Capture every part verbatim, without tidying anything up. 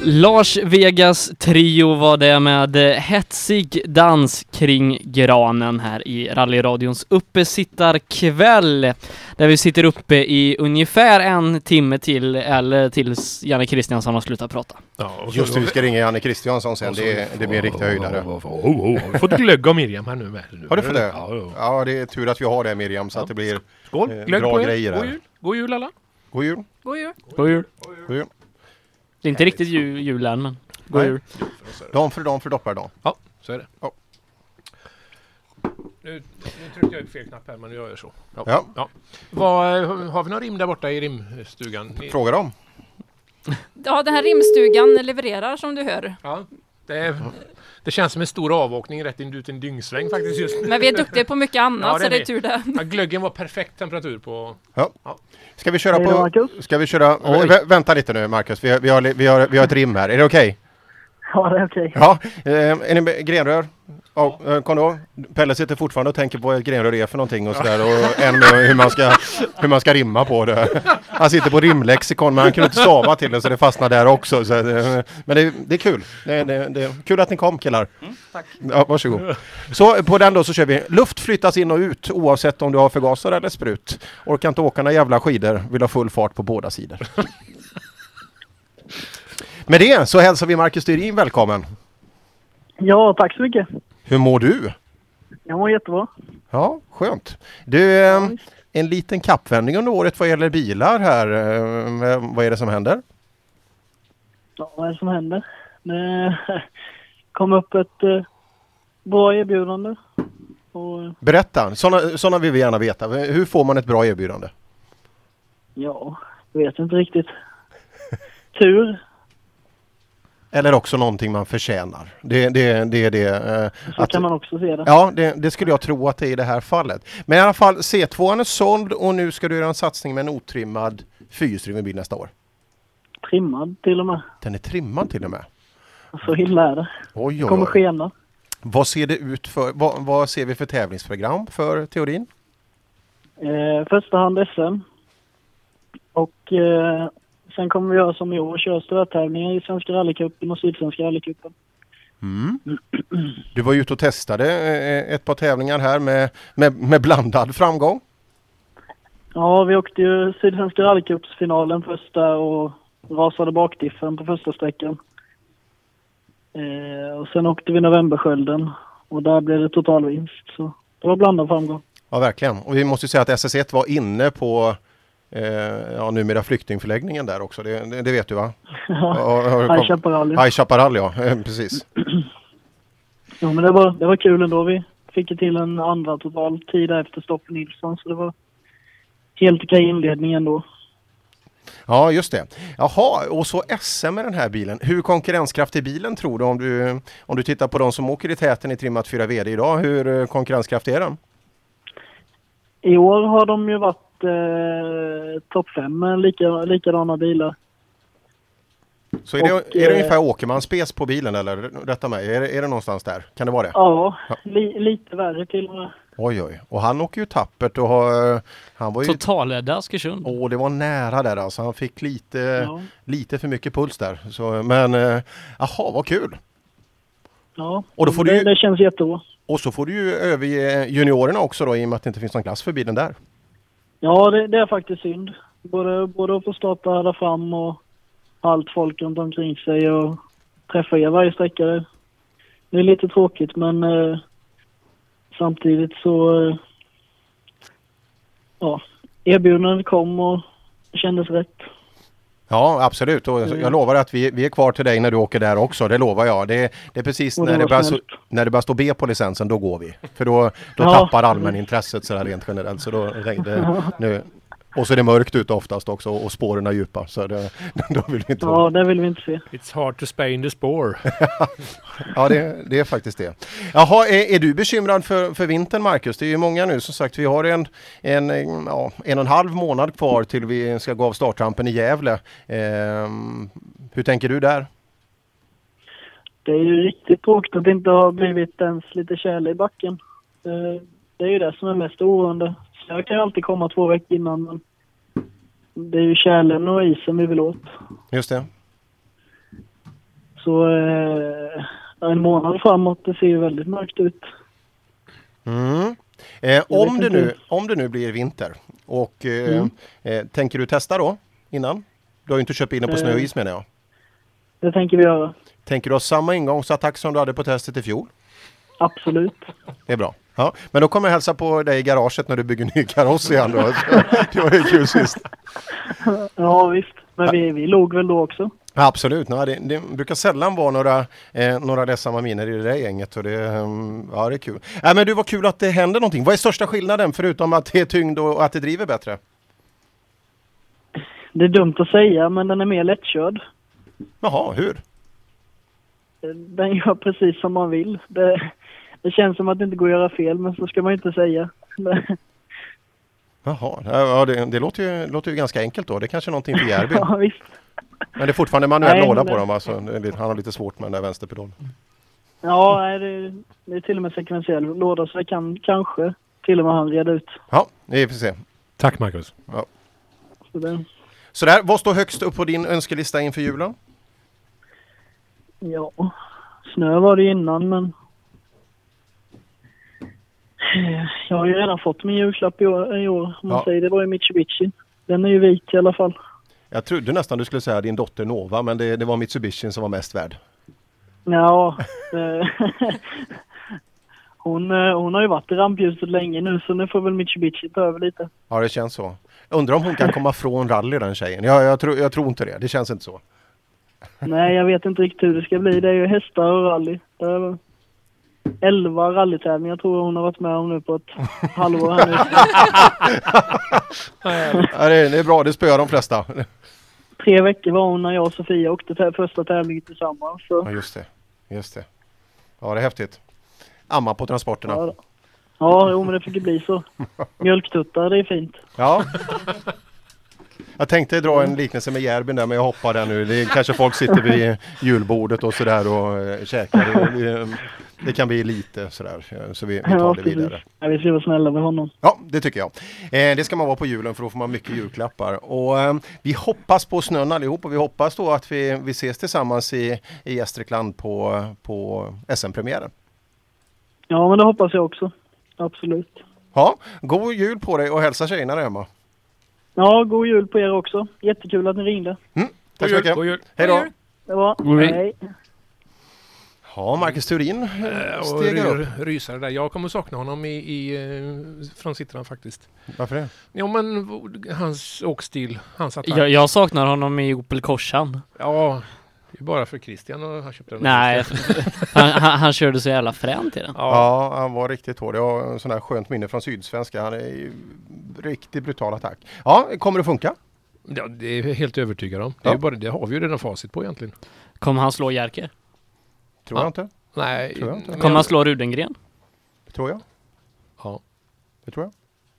Lars Vegas trio var det med hetsig dans kring granen här i rallyradions uppesittarkväll, där vi sitter uppe i ungefär en timme till, eller tills Janne Kristiansson har slutat prata. Ja, just det, vi ska ringa Janne Kristiansson sen, det, det blir en riktig höjdare. Har vi fått glögg av Miriam här nu med? Har du fått det? Ja, ja. Ja, det är tur att vi har det, Miriam, så Ja. att det blir Skål, eh, glögg bra på er. grejer God här. jul, god jul alla. God jul. God jul. God jul. God jul. Det är inte riktigt jul, jul än, men god Nej. jul. Dan för dan för doppardag. Ja, så är det. Ja. Nu, nu tryckte jag ut fel knapp här, men nu gör jag så. Ja. Ja. Ja. Vad, har vi någon rim där borta i rimstugan? Fråga dem. Ja, den här rimstugan levererar som du hör. Ja, det, är, det känns som en stor avåkning rätt in ut en dyngsväng faktiskt just nu. Men vi är duktiga på mycket annat, Ja, det så är det är ni. tur det. Ja, glöggen var perfekt temperatur på... Ja. Ja. Ska vi köra Hej då, på... Marcus. Ska vi köra... Oj. Vä- vänta lite nu, Marcus. Vi har, vi har, vi har, vi har ett rim här. Är det okej? Ja, det är okej. Ja. Eh, är ni med grenrör? Ja, eh, kom då. Pelle sitter fortfarande och tänker på vad ett grenrör är för någonting och sådär. Och en med hur man, ska, hur man ska rimma på det. Han sitter på rimlexikon, men han kunde inte stava till det, så det fastnar där också. Så, eh, men det, det är kul. Det, det, det är kul att ni kom, killar. Mm, tack. Ja, varsågod. Så på den då så kör vi. Luft flyttas in och ut oavsett om du har förgasare eller sprut. Orkar inte åka några jävla skidor. Vill ha full fart på båda sidor. Med det så hälsar vi Marcus Styrin välkommen. Ja, tack så mycket. Hur mår du? Jag mår jättebra. Ja, skönt. Du, eh, en liten kappvändning under året vad gäller bilar här. Eh, vad är det som händer? Ja, vad är det som händer? Det kom upp ett eh, bra erbjudande. Och Berätta, sådana, sådana vill vi gärna veta. Hur får man ett bra erbjudande? ja, jag vet inte riktigt. Tur. Eller också någonting man förtjänar. Det, det, det är det. Eh, Så kan man också se det. Ja, det, det skulle jag tro att det är i det här fallet. Men i alla fall, C två är såld och nu ska du göra en satsning med en otrimmad fyrhjulsdriven bil nästa år. Trimmad till och med. Den är trimmad till och med. Så illa är det. Oj, Det oj, kommer oj. skena. Vad ser det ut för, vad, vad ser vi för tävlingsprogram för teorin? Eh, första hand S M. Och eh, sen kommer vi göra som i år. Köra stödtävlingar i Svenska rallycupen och Sydsvenska rallycupen. Mm. Du var ute och testade eh, ett par tävlingar här med, med, med blandad framgång. Ja, vi åkte ju Sydsvenska rallycupsfinalen första och rasade bakdiffen på första sträckan. Eh, och sen åkte vi Novemberskölden och där blev det totalvinst. Så det var blandad framgång. Ja, verkligen. Och vi måste ju säga att S S ett var inne på eh, ja, numera flyktingförläggningen där också. Det, det, det vet du, va? Ja, High Chaparral. High Chaparral, ja. Eh, precis. Ja, men det var, det var kul ändå. Vi fick ju till en andra total tid efter Stopp Nilsson, så det var helt okej inledning ändå. Ja, just det. Jaha, och så S M med den här bilen. Hur konkurrenskraftig är bilen, tror du, om du, om du tittar på de som åker i täten i trimmat fyra V D idag? Hur eh, konkurrenskraftig är den? I år har de ju varit eh, topp fem med lika, likadana bilar. Så är det, Och, är det eh, ungefär Åkermans spes på bilen, eller? Rätta mig, är det, är det någonstans där? Kan det vara det? Ja, li, lite värre till och med. Oj, oj. Och han åker ju tappert och har, han var ju... Totalledda Askersund. Åh, det var nära där alltså. Han fick lite, Ja. lite för mycket puls där. Så, men, eh, jaha, vad kul. Ja, Och då får det, du ju- det känns jättebra. Och så får du ju överge juniorerna också då, i och med att det inte finns någon klass för bilen där. Ja, det, det är faktiskt synd. Både, både att få starta där fram och allt folk runt omkring sig och träffa er varje sträcka. Det, det är lite tråkigt, men eh, samtidigt så eh, ja, erbjudandet kom och det kändes rätt. Ja, absolut. Och jag lovar att vi, vi är kvar till dig när du åker där också. Det lovar jag. Det, det är precis Och det när det, var börjar, så, snällt. när det börjar stå B på licensen, då går vi. För då, då Ja. tappar allmänintresset sådär rent generellt. Så då, det, nu, och så är det mörkt ute oftast också och spåren är djupa. Så det, då vill vi inte vara. Ja, det vill vi inte se. It's hard to spay in the spore. Ja, det, det är faktiskt det. Jaha, är, är du bekymrad för, för vintern, Marcus? Det är ju många nu, som sagt. Vi har en, en, ja, en och en halv månad kvar till vi ska gå av startrampen i Gävle. Ehm, hur tänker du där? Det är ju riktigt tråkigt att det inte har blivit ens lite tjäle i backen. Eh, Det är ju det som är mest oroande. Så jag kan ju alltid komma två veckor innan, men det är ju tjälen och isen vi vill åt. Just det. Så eh, en månad framåt, det ser ju väldigt mörkt ut. Mm. Eh, om, det inte. nu, om det nu blir vinter och eh, Mm. eh, tänker du testa då innan? Du har ju inte köpt in den på Eh. snö och is menar jag. Det tänker vi göra. Tänker du ha samma ingångsattack som du hade på testet i fjol? Absolut. Det är bra. Ja, men då kommer jag hälsa på dig i garaget när du bygger ny kaross igen då. Det var ju kul sist. Ja visst, men vi, vi låg väl då också. Ja, absolut. Nej, det, det brukar sällan vara några, eh, några ledsamma miner i det där gänget. Och det, um, ja, det är kul. Äh, men du, var kul att det händer någonting. Vad är största skillnaden förutom att det är tyngd och att det driver bättre? Det är dumt att säga, men den är mer lättkörd. Jaha, hur? Den gör precis som man vill. Det, det känns som att det inte går att göra fel, men så ska man ju inte säga. Jaha, ja, det, det låter, ju, låter ju ganska enkelt då. Det är kanske är någonting för Järby. Ja visst. Men det är fortfarande manuell Nej, låda men- på dem. Alltså. Det är lite- Han har lite svårt med den där vänsterpedalen. Ja, nej, det, det är till och med sekventiell låda, så det kan kanske till och med han reda ut. Ja, vi får se. Tack Marcus. Så det, Så där, vad står högst upp på din önskelista inför julen? ja, snö var det innan, men jag har ju redan fått min julklapp i år, i år om man Ja. säger. Det var ju Mitsubishi. Den är ju vit i alla fall. Jag trodde nästan du skulle säga din dotter Nova, men det, det var Mitsubishi som var mest värd. Ja, eh, hon, eh, hon har ju varit i rampljuset länge nu, så nu får väl Mitsubishi ta över lite. Ja, det känns så. Undrar om hon kan komma från rally, den tjejen. Jag, jag, tror, jag tror inte det. Det känns inte så. Nej, jag vet inte riktigt hur det ska bli. Det är ju hästar och rally. Det är elva rallytävlingar tror jag hon har varit med om nu på ett halvår här nu. Ja, det, det är bra, det spöar de flesta. Tre veckor var hon när jag och Sofia åkte tä- första tävlingen tillsammans. Så. Ja, just det. Just det. Ja, det är häftigt. Amma på transporterna. Ja, då. Ja, jo, men det fick ju bli så. Mjölktuttar, det är fint. Ja. Jag tänkte dra en liknelse med Järbyn där, men jag hoppar där nu. Det är, kanske folk sitter vid julbordet och sådär och äh, käkar. Det, det, det kan bli lite sådär, så vi, vi tar Ja, det precis. vidare. Ja, vi ska vara snälla med honom. Ja, det tycker jag. Eh, det ska man vara på julen, för då får man mycket julklappar. Och eh, vi hoppas på snön allihop, och vi hoppas då att vi, vi ses tillsammans i, i Gästrikland på, på S M-premiären. Ja, men det hoppas jag också. Absolut. Ja, god jul på dig och hälsa tjejerna där hemma. Ja, god jul på er också. Jättekul att ni ringde. Mm, tack så mycket. God jul. Hej då. Det var. God jul. Hej. Ja, Marcus Turin Eh, Och stegar upp. ry- rysare där. Jag kommer sakna honom i, i, eh, från Sittran faktiskt. Varför det? Ja men v- hans åkstil, hans attack. Jag, jag saknar honom i Opel Corsan. Ja, det är bara för Christian och han köpte den. Nej, han, han, han körde så jävla fränt i den. Ja. Ja, han var riktigt hård. Jag har en sån här skönt minne från Sydsvenska. Han är ju riktigt brutal attack. Ja, kommer det funka? Ja, det är jag helt övertygad om. Det, är Ja. ju bara, det har vi ju redan facit på egentligen. Kommer han slå Jerker? Tror Ja. jag inte. Nej. Tror jag inte. men- Kommer han slå Rudengren? Det tror jag. Ja. Det tror jag.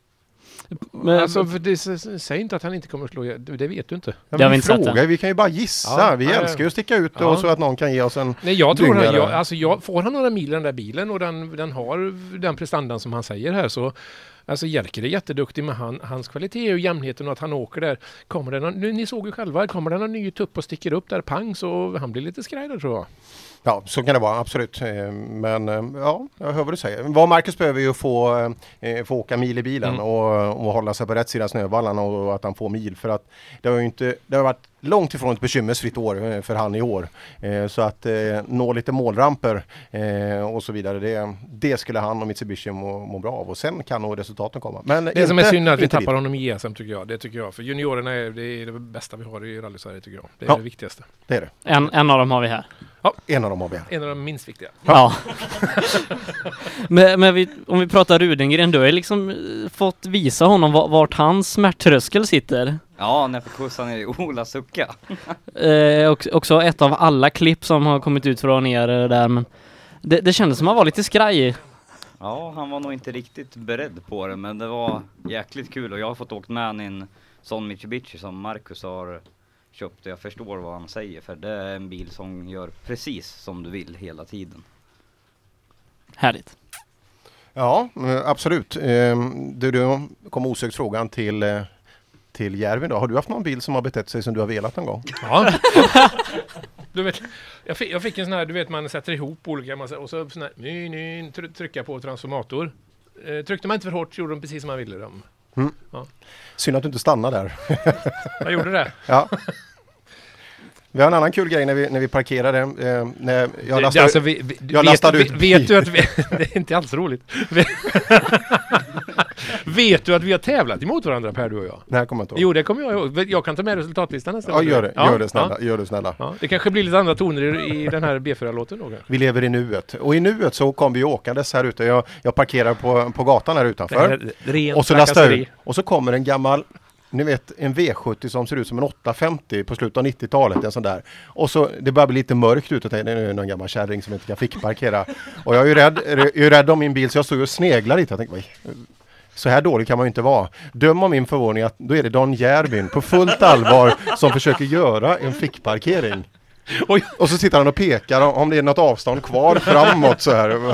Men, Alltså, för det, s- säg inte att han inte kommer att slå. Det, det vet du inte. Ja, Det har men vi inte sett fråga, än. vi kan ju bara gissa. Ja, vi ja, ja. älskar ju att sticka ut Ja. och så att någon kan ge oss en... Nej, jag tror han, Dyngare. jag, alltså jag, får han några mil i den där bilen och den, den har den prestandan som han säger här, så alltså Jerker är jätteduktig, med han, hans kvalitet och jämnheten och att han åker där. Kommer det någon, nu, ni såg ju själva, kommer det någon ny tupp och sticker upp där, pang, så han blir lite skraj där tror jag. Ja, så kan det vara, absolut. Eh, Men eh, ja, jag hör vad du säger. Vad Marcus behöver ju få, eh, få åka mil i bilen Mm. och, och hålla sig på rätt sida snövallarna, och att han får mil. För att det har ju inte, det har varit långt ifrån ett bekymmersfritt år eh, för han i år. Eh, Så att eh, nå lite målramper eh, och så vidare, det, det skulle han och Mitsubishi må, må bra av. Och sen kan nog resultaten komma. Men Det som är inte- synd är att vi inte tappar dit. honom i E S M tycker jag. Det tycker jag. För juniorerna är det, är det bästa vi har i rally-Sverige tycker jag. Det är Ja. det viktigaste. Det är det. en, en av dem har vi här. En av dem har vi här. En av de minst viktiga. Ja. men men vi, om vi pratar Rudengren, du har ju liksom eh, fått visa honom va- vart hans smärttröskel sitter. Ja, när för kussan är Ola Sucka. Eh, också, också ett av alla klipp som har kommit ut från er eh, där, men det, det kändes som att han var lite skraj. Ja, han var nog inte riktigt beredd på det, men det var jäkligt kul och jag har fått åkt med han i en sån Mitsubishi som Marcus har köpt. Jag förstår vad han säger, för det är en bil som gör precis som du vill hela tiden. Härligt. Ja, eh, absolut. Eh, Du, du kom osökt frågan till, eh, till Järvin då. Har du haft någon bil som har betett sig som du har velat någon gång? Ja. Du vet, Jag fick, jag fick en sån här, du vet man sätter ihop olika massa, och så sån här, ny, ny, try, trycka på transformator. Eh, tryckte man inte för hårt så gjorde de precis som man ville. De. Mm. Ja. Synd att du inte stannar där. Jag gjorde det. Ja. Vi har en annan kul grej när vi, när vi parkerade. Eh, när jag lastade, det, alltså, vi, vi, jag lastade vet, ut vet, vet du att vi, det är inte alls roligt. Vet du att vi har tävlat emot varandra, Per, du och jag? Nej, kommer inte ihåg. Jo, det kommer jag ihåg. Jag kan ta med resultatlistan nästa Ja, gör det. ja, Gör det snälla. Ja. Gör det snälla. Ja, det kanske blir lite andra toner i, i den här B fyra-låten då. Vi lever i nuet. Och i nuet så kom vi åkandes här ute. Jag, jag parkerar på, på gatan här utanför. Och så lastar ut. Och så kommer en gammal, ni vet, en V sjuttio som ser ut som en åtta femtio på slutet av nittiotalet, en sån där. Och så, det börjar bli lite mörkt ute, det är någon gammal kärring som inte kan fick parkera. Och jag är ju rädd, jag är rädd om min bil, så jag står och sneglar lite. Jag tänker, så här dålig kan man ju inte vara. Döm om min förvåning att då är det Don Järbin på fullt allvar som försöker göra en fickparkering. Oj. Och så sitter han och pekar om det är något avstånd kvar framåt så här.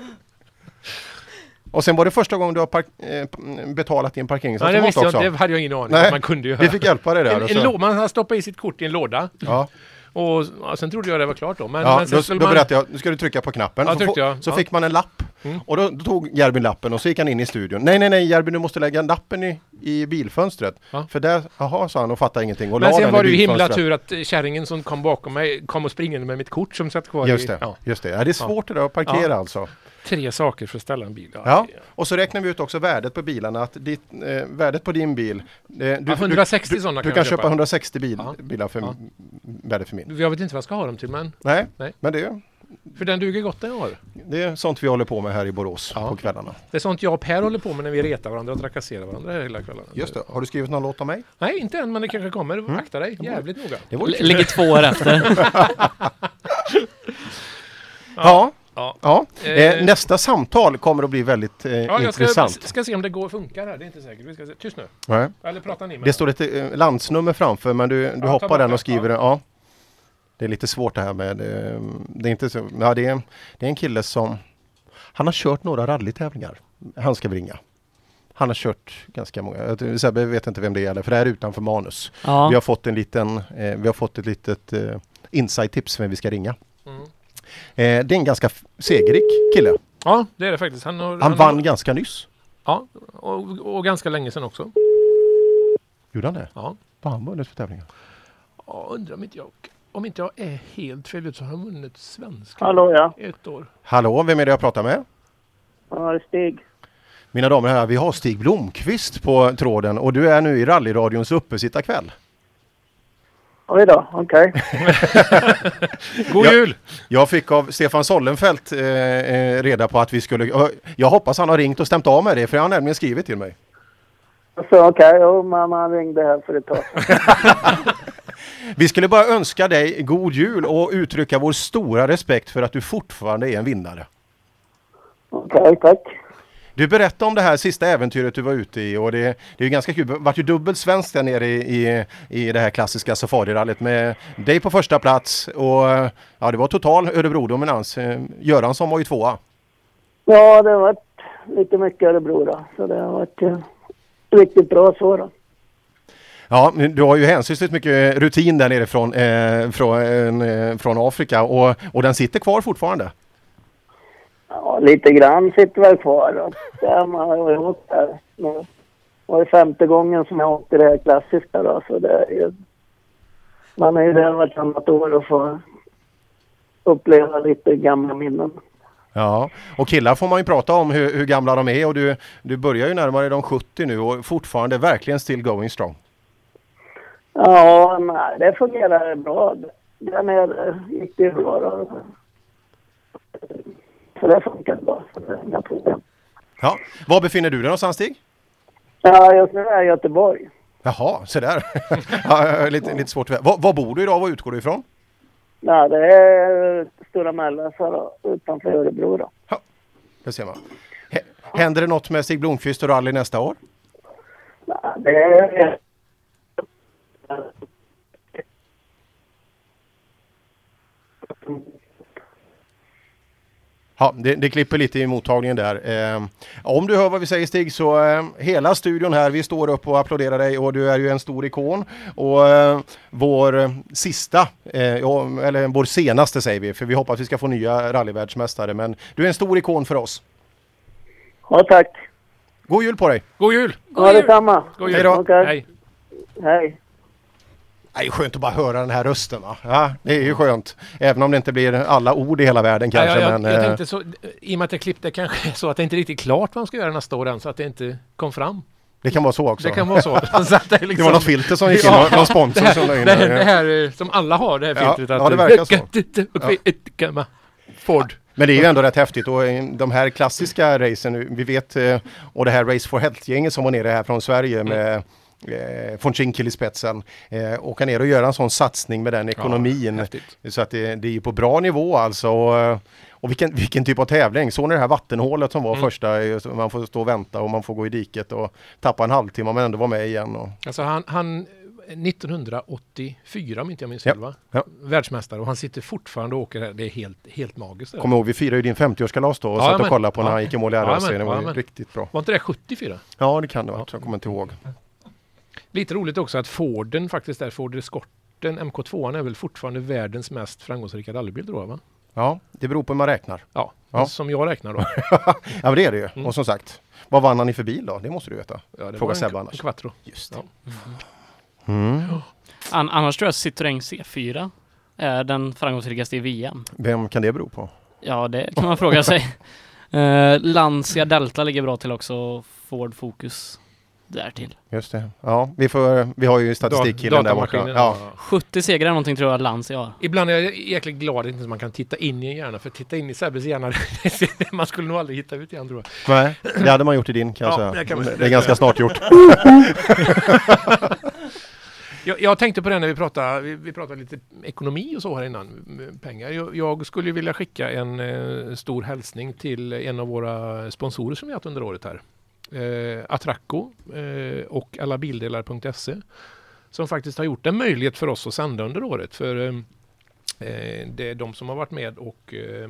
Och sen var det första gången du har park- eh, betalat din parkeringsautomat ja, det också. Jag, det hade jag ingen aning Nej, man kunde ju vi fick hjälpa dig där. En, och en så. lå- man har stoppat i sitt kort i en låda. Ja. Och ja, sen trodde jag det var klart då. Men, Ja, men sen då, då man... berättade jag, nu ska du trycka på knappen. Ja, så tryckte jag. så Ja. fick man en lapp. Mm. Och då, då tog Järbin lappen och så gick han in i studion. Nej, nej, nej, Järbin, du måste lägga lappen i, i bilfönstret. Ja. För där, jaha, sa han och fattade ingenting. Och Men la sen den var det i ju himla bilfönstret. tur att kärringen som kom bakom mig kom och springade med mitt kort som satt kvar Just i... det, Ja. just det. Ja, det är svårt det där att parkera Ja. alltså. Tre saker för att ställa en bil. Ja. Ja, och så räknar vi ut också värdet på bilarna. Att ditt, eh, värdet på din bil... Eh, du, Ja, hundrasextio du, sådana du, kan du kan jag köpa köpa. hundrasextio bil, Ja. bilar för Ja. värdet för min. Jag vet inte vad jag ska ha dem till, men... Nej, Nej. men det är, För den duger gott den jag har. det är sånt vi håller på med här i Borås Ja. på kvällarna. Det är sånt jag och Per håller på med när vi retar varandra och trakasserar varandra hela kvällen. Just det. Har du skrivit någon låt om mig? Nej, inte än, men det kanske kommer. Mm. Akta dig, jävligt noga. Det var L- ligger två år efter. Ja. Ja. Ja. Eh. Eh, nästa samtal kommer att bli väldigt eh, Ja, jag ska, intressant. ska se om det går funkar här. Det är inte säkert. Vi ska se. Tyst nu. Nej. Eller pratar ni med Det står ett eh, landsnummer framför, men du, du Ja, ta hoppar bort den det. och skriver Ja. det. Ja. Det är lite svårt det här med... Eh, det är inte så... Ja, det är, det är en kille som... Han har kört några rallytävlingar. Han ska vi ringa. Han har kört ganska många. Jag Sebbe vet inte vem det är, för det är utanför manus. Ja. Vi har fått en liten... Eh, vi har fått ett litet eh, inside-tips vem vi ska ringa. Mm. Eh, det är en ganska f- segerrik kille. Ja, det är det faktiskt. Han, har, Han, han vann har, ganska nyss. Ja, och, och ganska länge sedan också. Gjorde han det? Ja. Vad har han vunnit för tävlingar? Ja, undrar om inte jag... Om inte jag är helt fel ut så har han vunnit svenska. Hallå, ja. Ett år. Hallå, vem är det jag pratar med? Ja, det är Stig. Mina damer och herrar, vi har Stig Blomqvist på tråden och du är nu i rallyradions uppesittarkväll. Oj då, okej. God Ja. jul! Jag fick av Stefan Sollenfelt eh, eh, reda på att vi skulle... Uh, jag hoppas han har ringt och stämt av med det, för han har nämligen skrivit till mig. Så okej, okay. Jo, mamma ringde här för ett tag sedan. Vi skulle bara önska dig god jul och uttrycka vår stora respekt för att du fortfarande är en vinnare. Okej, okay, tack. Du berättade om det här sista äventyret du var ute i och det, det är ju ganska kul. Du vart ju dubbelt svensk där nere i, i, i det här klassiska safarirallet med dig på första plats och ja, det var total Örebro-dominans. Göransson var ju tvåa. Ja, det har varit lite mycket Örebro då, så det har varit uh, riktigt bra så då. Ja, du har ju hänsynsligt mycket rutin där nere från, eh, från, eh, från Afrika och, och den sitter kvar fortfarande. Ja, lite grann sitter väl kvar då. Det man har ju åkt där. Det var det femte gången som jag åkte det här klassiska då, så det är ju... Man är ju där vartannat år och får uppleva lite gamla minnen. Ja, och killar får man ju prata om hur, hur gamla de är och du, du börjar ju närmare de sjuttio nu och fortfarande verkligen still going strong. Ja, nej, det fungerar bra. Där nere gick det bra då. Så det funkar bra, så det är inga problem. Ja, var befinner du dig någonstans, Stig? Ja, just nu är jag i Göteborg. Jaha, så där. Ja, lite, lite svårt. Var, var bor du idag? Var utgår du ifrån? Ja, det är Stora Mällösa då, utanför Örebro då. Ja, det ser man. H- händer det något med Stig Blomqvist och rally nästa år? Ja, det är... Ja, det, det klipper lite i mottagningen där. Eh, om du hör vad vi säger Stig, så eh, hela studion här, vi står upp och applåderar dig och du är ju en stor ikon. Och eh, vår eh, sista, eh, eller vår senaste säger vi, för vi hoppas vi ska få nya rallyvärldsmästare, men du är en stor ikon för oss. Ja, tack. God jul på dig! God jul! Ja, detsamma. God jul! Hej då! Okej. Hej! Hej. Det är ju skönt att bara höra den här rösten, va? Ja, det är ju skönt. Även om det inte blir alla ord i hela världen kanske. Ja, jag, men, jag eh, tänkte så, i och med att det klippte kanske är så att det inte är riktigt klart vad man ska göra nästa år än, så att det inte kom fram. det kan vara så också. Det kan vara så. så att det, är liksom, Det var något filter som gick in, Ja, någon sponsor det här, som la in det, här, det. det här eh, som alla har, det här Ja, filtret. ja, det verkar så. Ford. Men det är ju ändå rätt häftigt och eh, de här klassiska racen, vi vet, eh, och det här Race for Health-gänget som var nere här från Sverige med eh, von Schinkel i spetsen, eh, åka ner och göra en sån satsning med den ekonomin. häftigt. Så att det, det är ju på bra nivå alltså. Och, och vilken, vilken typ av tävling. Så när det här vattenhålet som var Mm. första, eh, så man får stå och vänta och man får gå i diket och tappa en halvtimme men ändå vara med igen. Och, Alltså han, han nittonhundraåttiofyra om inte jag minns Ja, fel, va? ja. Världsmästare, och han sitter fortfarande och åker här. Det är helt, helt magiskt. Det. Kommer ihåg, vi firade ju din femtioårskalas då och Ja, satt och men- kollade på när ja. han gick i mål i Ja, R A C. men- Det var ja, ju men- riktigt bra. Var inte det sjuttiofyra? Ja, det kan det vara. Jag kommer inte ihåg. Lite roligt också att Forden faktiskt är, Ford Escorten M K två är väl fortfarande världens mest framgångsrika rallybil, tror jag, va? Ja, det beror på hur man räknar. Ja, Ja. som jag räknar då. Ja, men det är det ju. Mm. Och som sagt, vad vann han i för bil då? Det måste du veta. Ja, det Fråga var Sebbe en, annars. en Quattro. Just Ja. Mm. An- annars tror jag Citroën C fyra är den framgångsrikaste i V M. Vem kan det bero på? Ja, det kan man fråga sig. Uh, Lancia Delta ligger bra till också. Ford Focus därtill. Just det. Ja, vi, får, vi har ju statistikkillen där borta. Datamaskinen, Ja. ja. sjuttio segrar någonting tror jag Lancia har. Ibland är jag jäkligt glad att inte man kan titta in i en hjärna, för titta in i Sebbes hjärna, man skulle nog aldrig hitta ut igen, tror jag. Nej, det hade man gjort i din kan jag Ja, säga. det kan man- det är ganska snart gjort. Jag, jag tänkte på det när vi pratade, vi, vi pratade lite ekonomi och så här innan, m- pengar. Jag, jag skulle vilja skicka en eh, stor hälsning till en av våra sponsorer som vi haft under året här. Eh, Atracco eh, och alla bildelar punkt se, som faktiskt har gjort det möjligt för oss att sända under året. För eh, eh, det är de som har varit med och eh,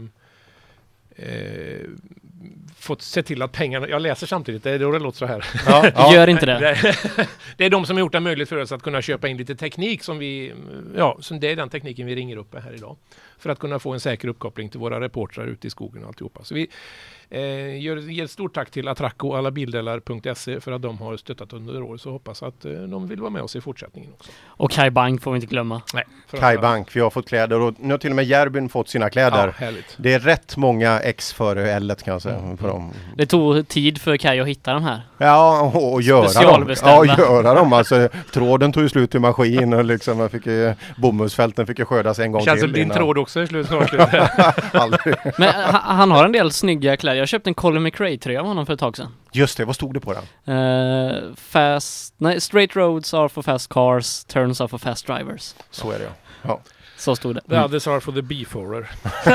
eh, fått se till att pengarna, jag läser samtidigt, det är då det låter så här. Ja, ja. Gör inte det. Det, det är de som har gjort det möjligt för oss att kunna köpa in lite teknik som vi, ja, som det är den tekniken vi ringer upp här idag. För att kunna få en säker uppkoppling till våra reportrar ute i skogen och alltihopa. Så vi eh, gör, ger ett stort tack till Atracco och alla bildelar punkt se för att de har stöttat under år. Så hoppas att eh, de vill vara med oss i fortsättningen också. Och Kai Bank får vi inte glömma. Nej, för Kai att- Bank, vi har fått kläder och nu har till och med Järbyn fått sina kläder. Ja, härligt. Det är rätt många X före L kan jag säga. För dem. Det tog tid för Kai att hitta de här. Ja, och, och göra dem. Specialbeställda. Ja, göra dem. Alltså, tråden tog ju slut i maskin och liksom, jag fick, ju- bomullsfälten fick ju skördas en gång Känns till. som din innan. tråd också är slut snart. Aldrig. Men ha, han har en del snygga kläder. Jag köpte en Colin McRae-tröja av honom för ett tag sedan. Just det, vad stod det på den? Uh, fast... Nej, straight roads are for fast cars, turns are for fast drivers. Så är det ja. Så stod det. The others are for the beeforer.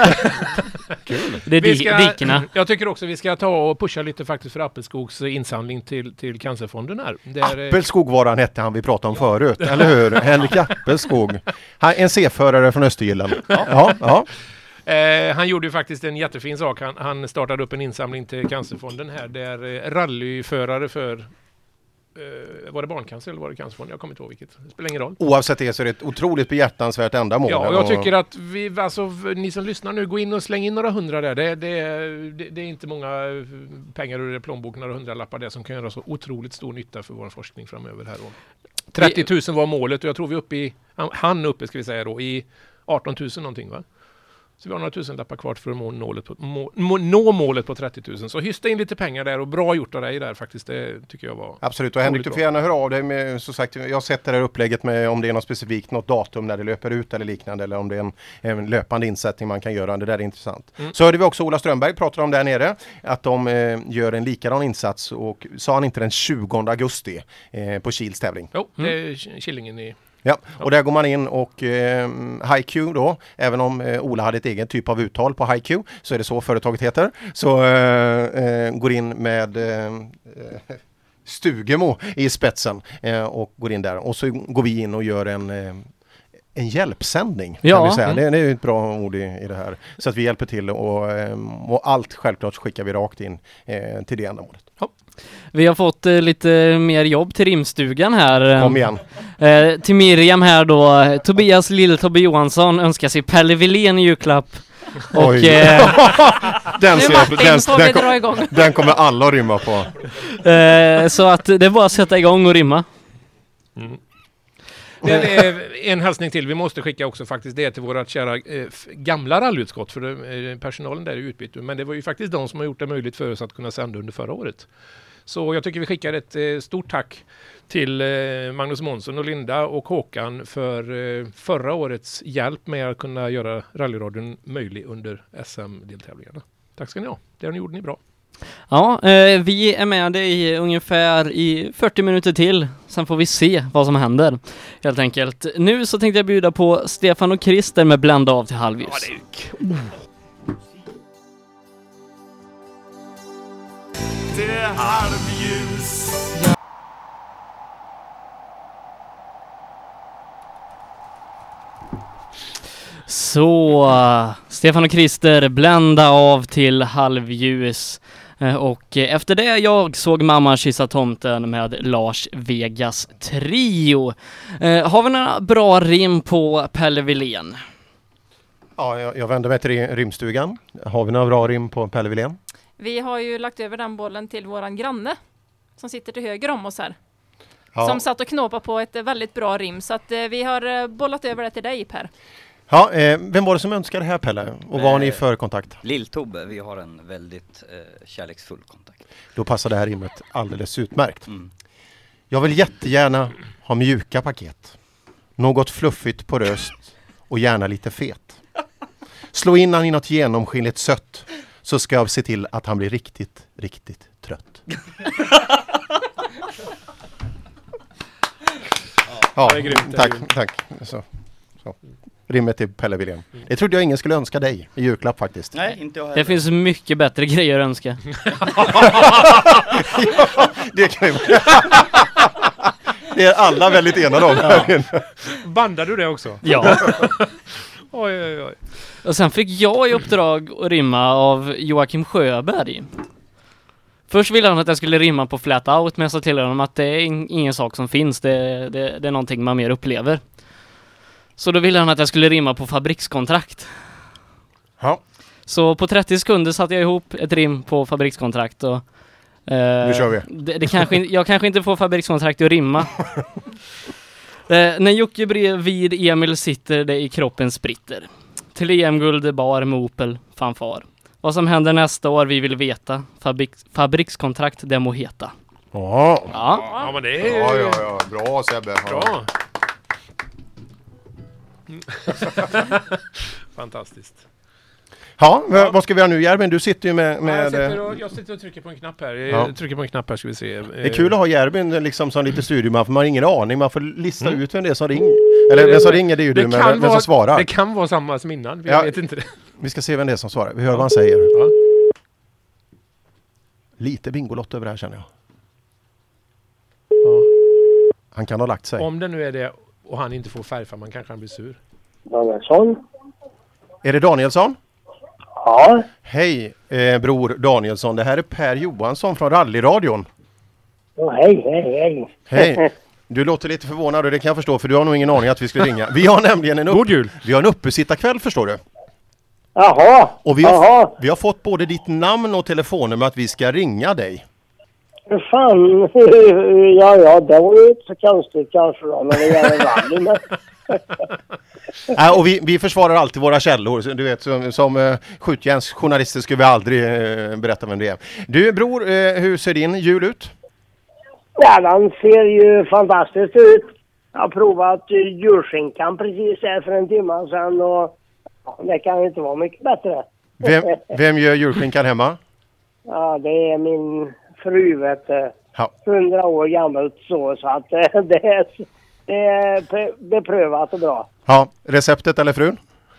Det är Vi di- ska- dikena. Jag tycker också vi ska ta och pusha lite faktiskt för Appelskogs insamling till, till Cancerfonden här. Där, eh, Appelskog var han hette han vi pratade om förut, eller hur? Henrik Appelskog. Han, en C-förare från Östergyllen. Ja, ja. Eh, han gjorde ju faktiskt en jättefin sak. Han, han startade upp en insamling till Cancerfonden här där eh, rallyförare för eh, var det barncancer eller var det Cancerfonden? Jag kommer inte ihåg vilket. Det spelar ingen roll. Oavsett det så är det ett otroligt behjärtansvärt ändamål. Ja, och jag Och- tycker att vi, alltså, ni som lyssnar nu, gå in och släng in några hundra där. Det, det, det, det är inte många eh, pengar ur plånbok, några hundralappar där som kan göra så otroligt stor nytta för vår forskning framöver här. trettio tusen var målet och jag tror vi är uppe i, han uppe ska vi säga då, i arton tusen någonting, va? Så vi har några tusenlappar kvar för att nå målet på, må, må, nå målet på trettio tusen. Så hysta in lite pengar där och bra gjort av dig där faktiskt. Det tycker jag var... Absolut, och Henrik, Roligt du då. får gärna höra av dig med, så sagt, jag har sett det här upplägget med om det är något specifikt, något datum när det löper ut eller liknande, eller om det är en, en löpande insättning man kan göra, det där är intressant. Mm. Så hörde vi också Ola Strömberg prata om där nere, att de eh, gör en likadan insats, och sa han inte den tjugonde augusti eh, på Kils tävling. Jo, det är K- Killingen i... Ja, och där går man in och eh, HiQ då, även om eh, Ola hade ett eget typ av uttal på HiQ, så är det så företaget heter, så eh, eh, går in med eh, eh, Stugemo i spetsen eh, och går in där, och så går vi in och gör en, eh, en hjälpsändning, Ja. kan vi säga. Mm. Det, det är ju ett bra ord i, i det här. Så att vi hjälper till och, och allt självklart skickar vi rakt in eh, till det ändamålet. Ja. Vi har fått eh, lite mer jobb till rimstugan här. Kom igen. Eh, till Miriam här då. Tobias Lill-Tobbe Johansson önskar sig Pelle Wilén i julklapp. Och Oj. eh, den, Nu ser, Martin den, får vi den, dra igång. kom, den kommer alla att rymma på. eh, så att det är bara att sätta igång och rimma. Mm. Det är en hälsning till. Vi måste skicka också faktiskt det till våra kära eh, gamla rallyutskott, för det, eh, personalen där är utbytt. Men det var ju faktiskt de som har gjort det möjligt för oss att kunna sända under förra året. Så jag tycker vi skickar ett eh, stort tack till eh, Magnus Månsson och Linda och Håkan för eh, förra årets hjälp med att kunna göra rallyradion möjlig under S M-deltävlingarna. Tack ska ni ha. Det har ni gjort ni bra. Ja, eh, vi är med dig ungefär i fyrtio minuter till. Sen får vi se vad som händer, helt enkelt. Nu så tänkte jag bjuda på Stefan och Christer med Blända av till halvljus. Ja, det är kul. Till halvljus. Så, Stefan och Christer, Blända av till halvljus. Eh, Och eh, efter det jag såg Mamma kyssa tomten med Lars Vegas trio. Eh, har vi några bra rim på Pelle Wilén? Ja, jag, jag vänder mig till ri- rimstugan. Har vi några bra rim på Pelle Wilén? Vi har ju lagt över den bollen till våran granne som sitter till höger om oss här. Ja. Som satt och knåpade på ett eh, väldigt bra rim. Så att eh, vi har eh, bollat över det till dig, Per. Ja, eh, vem var det som önskade det här, Pelle? Och vad har ni för kontakt? Lill-Tobbe, vi har en väldigt eh, kärleksfull kontakt. Då passar det här rimmet alldeles utmärkt. Mm. Jag vill jättegärna ha mjuka paket. Något fluffigt på röst och gärna lite fet. Slå in han i något genomskinligt sött, så ska jag se till att han blir riktigt, riktigt trött. Ja, det är grymt, det är tack, grymt. tack. Så, så. Rimmet till Pelle Wilén. Det trodde jag ingen skulle önska dig i julklapp faktiskt. Nej, inte jag heller. Det finns mycket bättre grejer att önska. Ja, det kan ju det är alla väldigt enade om. Ja. Bandar du det också? Ja. Oj, oj, oj. Och sen fick jag i uppdrag att rimma av Joakim Sjöberg. Först ville han att jag skulle rimma på flat out, men jag sa till honom att det är in- ingen sak som finns. Det, det, det är någonting man mer upplever. Så då ville han att jag skulle rimma på fabrikskontrakt. Ja. Så på trettio sekunder satte jag ihop ett rim på fabrikskontrakt. Och, eh, Nu kör vi. Det, det kanske, in- jag kanske inte får fabrikskontrakt att rimma. eh, när Jocke bredvid Emil sitter det i kroppen spritter. Till E M-guld, bar, mopel, fanfar. Vad som händer nästa år vi vill veta. Fabrik, fabrikskontrakt, det må heta. Ja. Ja. Ja, men det är ju Ja, ja, ja. Bra Sebbe. bra. Fantastiskt. Ja, v- vad ska vi göra nu Järben? Du sitter ju med... Ja, med jag, sitter och, jag sitter och trycker på en knapp här. Jag Ja. trycker på en knapp här ska vi se. Det är kul att ha Järben liksom som lite studieman, för man har ingen aning. Man får lista Mm. ut vem det är som ringer. Eller vem som ringer, det är ju du, men vem, vem som svarar. Det kan vara samma som innan, vi Ja. vet inte det. Vi ska se vem det är som svarar. Vi hör vad han säger. Ja. Lite Bingolott över det här känner jag. Ja. Han kan ha lagt sig. Om det nu är det och han inte får färgfärg, kanske han blir sur. Danielsson? Är det Danielsson? Ja, Hej eh, bror Danielsson, det här är Per Johansson från Rallyradion. ja hej, hej, hej. Hej. Du låter lite förvånad och det kan jag förstå, för du har nog ingen aning att vi skulle ringa. Vi har nämligen en, upp- God jul! vi har en uppesittarkväll, förstår du. Jaha, Och vi har, jaha. vi har fått både ditt namn och telefonnummer att vi ska ringa dig. Hur fan, ja, ja, det var ju inte så konstigt kanske då när det gäller rally, men... Äh, och vi, vi försvarar alltid våra källor. Så du vet, som, som uh, skjutjärnsjournalister skulle vi aldrig uh, berätta vem det är. Du bror, uh, hur ser din jul ut? Ja, den ser ju fantastiskt ut. Jag har provat uh, julskinkan precis här för en timme sedan och ja, det kan ju inte vara mycket bättre. Vem, vem gör julskinkan hemma? Ja, det är min fru, vet du. Ja. Hundra år gammalt så, så att uh, det är, det är pre- beprövat och bra. Ja, receptet eller frun?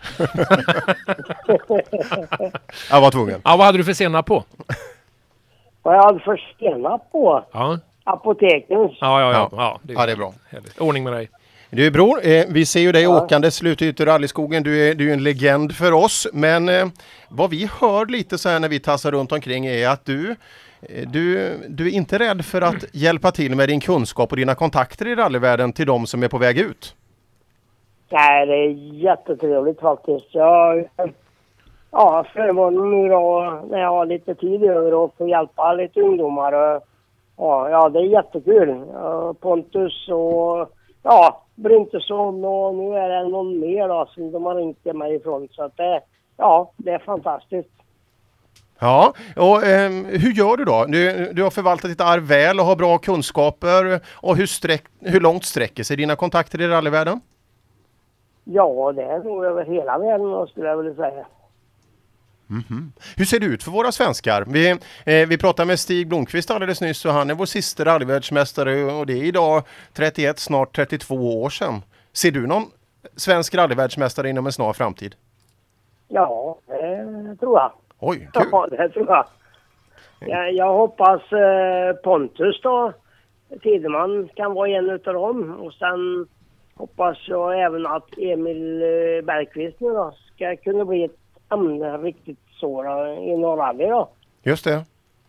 Jag var tvungen. Ja, vad hade du för senap på? Vad jag hade för senap på Ja, apotekens. ja, ja. ja. Ja. ja, det, är Ja, det är bra. härligt. Ordning med dig. Du bror, eh, vi ser ju dig Ja. åkande slut ut ur rallyskogen. Du är, du är en legend för oss. Men eh, vad vi hör lite så här när vi tassar runt omkring är att du, eh, du, du är inte rädd för att hjälpa till med din kunskap och dina kontakter i rallyvärlden till de som är på väg ut. Nej, det är jättetrevligt faktiskt. Jag, ja, förmånen nu då när jag har lite tid över och får hjälpa lite ungdomar. Och, ja, ja, det är jättekul. Ja, Pontus och ja, Bryntesson och nu är det någon mer då som de har ringt till mig ifrån. Så att det, ja, det är fantastiskt. Ja, och eh, hur gör du då? Du, du har förvaltat ditt arv väl och har bra kunskaper. Och hur, sträck, hur långt sträcker sig dina kontakter i rallyvärlden? Ja, det är nog över hela världen skulle jag vilja säga. Mm-hmm. Hur ser det ut för våra svenskar? Vi, eh, vi pratade med Stig Blomqvist alldeles nyss och han är vår sista rallyvärldsmästare och det är idag trettioett, snart trettiotvå år sedan. Ser du någon svensk rallyvärldsmästare inom en snar framtid? Ja, det tror jag. Oj, kul. Ja, det tror jag. Jag, jag hoppas eh, Pontus då, Tideman, kan vara en utav dem. Och sen hoppas jag även att Emil eh, Bergqvist nu då ska kunna bli ett ämne riktigt så då, i någon rally då. Just det.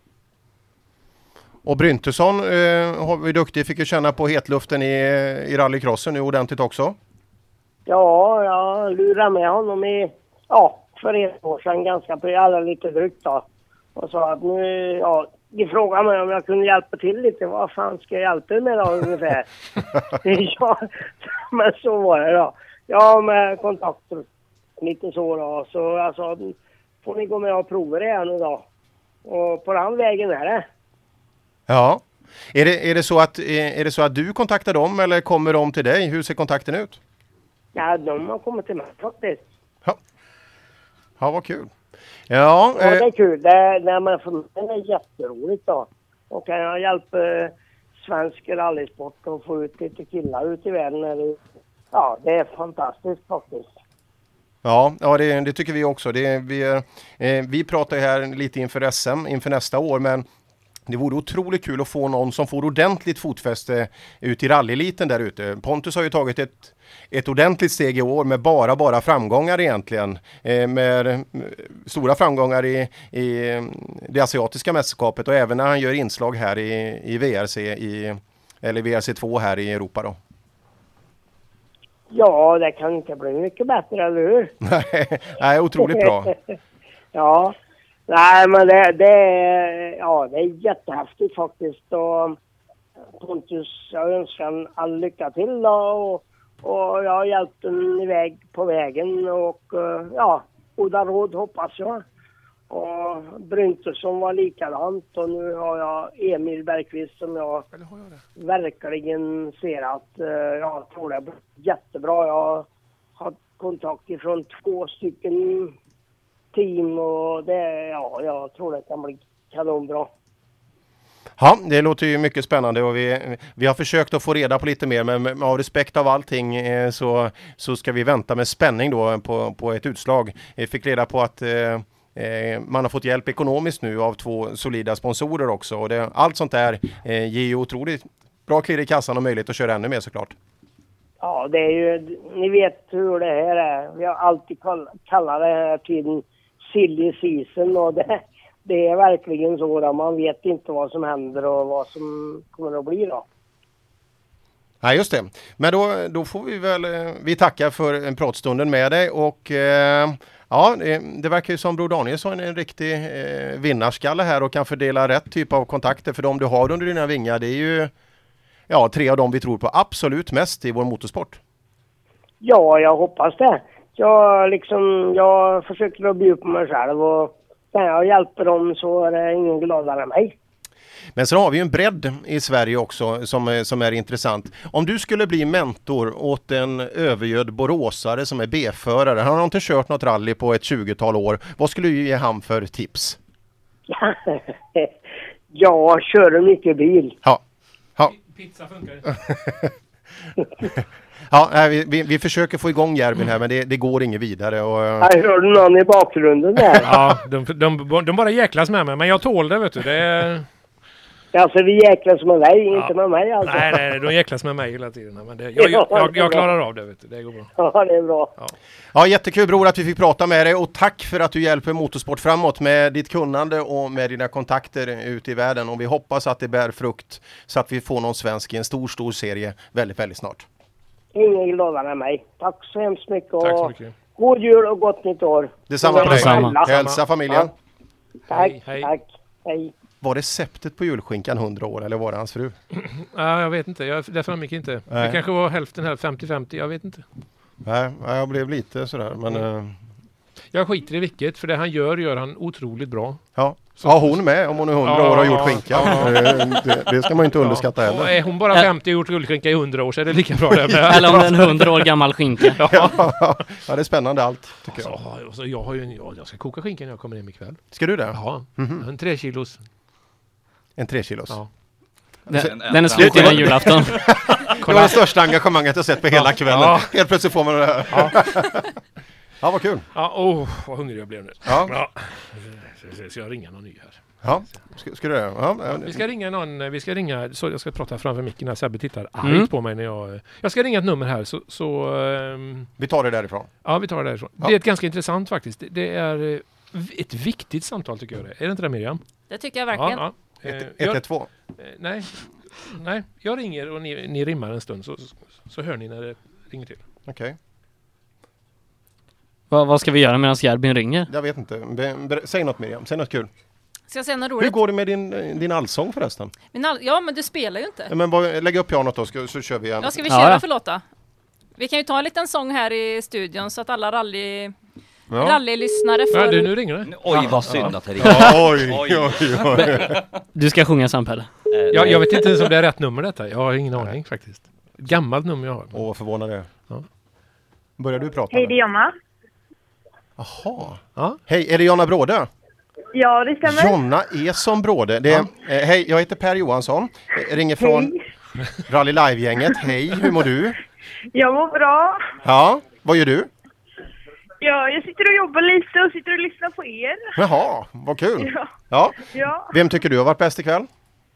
Och Bryntesson eh, har vi duktig, fick ju känna på hetluften i, i rallycrossen nu ordentligt också. Ja, jag lurade med honom i, ja, för ett år sedan ganska, eller lite drygt då. Och sa att nu, ja, de frågade mig om jag kunde hjälpa till lite. Vad fan ska jag hjälpa med då ungefär? Ja, men så var det då. Ja, med kontakter. Lite så då. Så jag sa, får ni gå med och prova det här nu då. Och på den vägen är det. Ja. Är det, är det så att, är det så att du kontaktar dem eller kommer de till dig? Hur ser kontakten ut? Ja, de har kommit till mig faktiskt. Ja, ja vad kul. Ja, Ja, det eh, är kul. Det, nej, men för mig är det jätteroligt då. Och kan jag hjälpa eh, svensk rallysport och få ut lite killar ut i världen. Är det, ja, det är fantastiskt faktiskt. ja, ja det, det tycker vi också. Det, vi, eh, vi pratar här lite inför S M, inför nästa år, men det vore otroligt kul att få någon som får ordentligt fotfäste ut i rallyliten där ute. Pontus har ju tagit ett, ett ordentligt steg i år med bara, bara framgångar egentligen. Eh, med eh, stora framgångar i, i det asiatiska mästerskapet och även när han gör inslag här i, i V R C, i, eller V R C två här i Europa då. Ja, det kan inte bli mycket bättre, eller hur? Nej, nej, otroligt bra. Ja, nej men det, det, är, ja, det är jättehäftigt faktiskt. Och Pontus, jag önskar all lycka till då. Och, och jag har hjälpt den iväg på vägen och ja, goda råd hoppas jag. Och Bryntesson var likadant och nu har jag Emil Bergqvist som jag verkligen ser att uh, jag tror det blir jättebra. Jag har kontakt ifrån två stycken team och det, ja, jag tror det kan bli kanonbra. Ja, det låter ju mycket spännande och vi, vi har försökt att få reda på lite mer, men med, av respekt av allting eh, så, så ska vi vänta med spänning då på, på ett utslag. Vi fick reda på att eh, man har fått hjälp ekonomiskt nu av två solida sponsorer också och det, allt sånt där eh, ger ju otroligt bra klirr i kassan och möjlighet att köra ännu mer såklart. Ja, det är ju, ni vet hur det här är. Vi har alltid kall, kallat det här tiden silly season och det, det är verkligen så att man vet inte vad som händer och vad som kommer att bli då. Ja, just det. Men då, då får vi väl, vi tackar för en pratstunden med dig och eh, ja, det, det verkar ju som Bror Danielsson är en riktig eh, vinnarskalle här och kan fördela rätt typ av kontakter för de du har under dina vingar. Det är ju ja, tre av dem vi tror på absolut mest i vår motorsport. Ja, jag hoppas det. Jag liksom, jag försöker att bjuda på mig själv och när jag hjälper dem så är det ingen gladare än mig. Men så har vi ju en bredd i Sverige också som, som är intressant. Om du skulle bli mentor åt en övergödd boråsare som är B-förare, han har inte kört något rally på ett tjugotal år, vad skulle du ge han för tips? Jag kör mycket bil. Ja. Ja. Pizza funkar. Ja, vi, vi, vi försöker få igång Järvin här men det, det går inget vidare. Och, jag hörde någon i bakgrunden där. Ja, de, de, de bara jäklas med mig men jag tål det vet du. Det är... Alltså vi jäklas med mig, ja. Inte med mig alltså. Nej, nej, de jäklas med mig hela tiden. Men det, jag, jag, jag, jag klarar av det, vet du. Det går bra. Ja, det är bra. Ja. Ja, jättekul bror att vi fick prata med dig och tack för att du hjälper motorsport framåt med ditt kunnande och med dina kontakter ute i världen. Och vi hoppas att det bär frukt så att vi får någon svensk i en stor, stor serie väldigt, väldigt snart. Ingen glada med mig. Tack så hemskt mycket. Och tack så mycket. God jul och gott nytt år. Detsamma på dig. Detsamma. Hälsa familjen. Ja. Tack, Hej, hej. tack. Hej. Var det receptet på julskinkan hundra år eller var det hans fru? Ja, jag vet inte. Jag, det framgick inte. Nej. Det kanske var hälften här, femtio femtio. Jag vet inte. Nej, jag blev lite sådär. Men, Mm. uh, Jag skiter i vilket. För det han gör, gör han otroligt bra. ja. ja, hon med om hon är hundra Ja, år och har gjort ja, skinka. ja. det, det ska man inte underskatta Ja. Och heller. är hon bara femtio och gjort julskinka i hundra år så är det lika bra det med. Eller om det är en hundra år gammal skinka. Ja. Ja, ja, det är spännande allt tycker jag. Så, så jag har ju en, ja, jag ska koka skinkan när jag kommer hem ikväll. Ska du det? Ja, Mhm. en tre kilos. En tre kilos. Ja. Den, den är slut innan julafton. Det var det största engagemanget jag sett på hela kvällen. Ja. Helt plötsligt får man det här. Ja. Ja, vad kul. Ja, åh, vad hungrig jag blev nu. Ja. Ja. Ska jag ringa någon ny här? Ja, ska, ska du det? Ja, ja. Vi ska ringa någon, vi ska ringa, så jag ska prata framför micken här, Sebbe tittar argt Mm. på mig när jag, jag ska ringa ett nummer här så, så um, Vi tar det därifrån. ja vi tar det därifrån. Ja. Det är ett ganska intressant faktiskt, det, det är eh, ett viktigt samtal tycker jag det. Är det inte det Miriam? Det tycker jag verkligen. Ja, ja. Eh, ett jag- ett två. eh, nej, nej, jag ringer och ni, ni rimmar en stund så, så, så hör ni när det ringer till. Okej. vad, vad ska vi göra medan Järbin ringer? Jag vet inte. Be, be, säg något Miriam, säg något kul. Ska jag säga något Hur roligt? går det med din, din allsång förresten? Men all... Ja, men du spelar ju inte. Ja, men vad, lägg upp pianot då ska, så kör vi igen. Ja, ska vi Ja, köra ja. för låta? Vi kan ju ta en liten sång här i studion så att alla rally... Ja. rallylyssnare Ja, får... du, nu ringer det. Oj, vad synd att det ringer. Ja, oj, oj, oj, oj. Du ska sjunga sen, Pelle. Eh, Jag, nej. jag vet inte ens om det är rätt nummer detta. Jag har ingen aning faktiskt. Gammalt nummer jag har. Åh, vad förvånad jag är. Ja. Börjar du prata? Hej, det är Jonna. Jaha. Ja. Hej, är det Jonna Bråde? Ja, det stämmer. Jonna är som Bråde. Det är, eh, hej, jag heter Per Johansson. Jag ringer från Hej. Rally Live-gänget. Hej, hur mår du? Jag mår bra. Ja, vad gör du? Ja, jag sitter och jobbar lite och sitter och lyssnar på er. Jaha, vad kul. Ja, Ja. ja. Vem tycker du har varit bäst ikväll?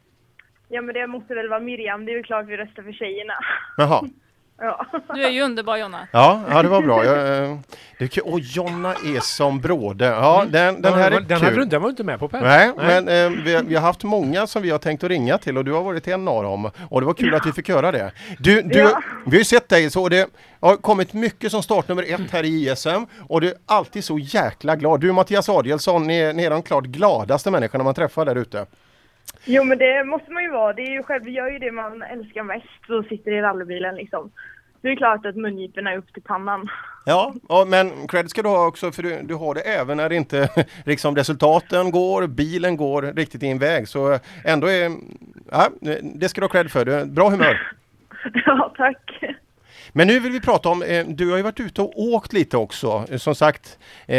ja men det måste väl vara Miriam. Det är väl klart vi röstar för tjejerna. Jaha. Ja. Du är ju underbar, Jonna. Ja, ja det var bra. Jag, eh, det är kul. Och Jonna är som Bråde. Ja, den, den här är den, här, kul. den var inte med på Per. Nej, men eh, vi, vi har haft många som vi har tänkt att ringa till och du har varit en av dem. Och det var kul att vi fick höra det. Du, du, Ja. Vi har ju sett dig så det har kommit mycket som startnummer ett här i I S M och du är alltid så jäkla glad. Du och Mattias Adielsson, ni är, ni är de klart gladaste människorna man träffar där ute. Jo, men det måste man ju vara. Det är ju själv, vi gör ju det man älskar mest och sitter i rallybilen liksom. Det är klart att mungiporna är upp till pannan. Ja, ja, men credit ska du ha också för du, du har det även när inte liksom resultaten går, bilen går riktigt i en väg. Så ändå är, ja, det ska du ha credit för. Du är bra humör. Ja, tack. Men nu vill vi prata om, eh, du har ju varit ute och åkt lite också. Eh, Som sagt, eh,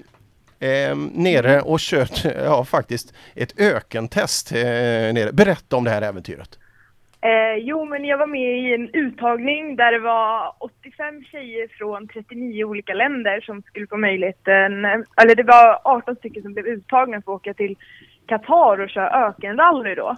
eh, nere och kört, ja faktiskt, ett ökentest eh, nere. Berätta om det här äventyret. Eh, jo, men jag var med i en uttagning där det var åttiofem tjejer från trettionio olika länder som skulle få möjligheten, eller det var arton stycken som blev uttagna för att åka till Qatar och köra ökenrally då.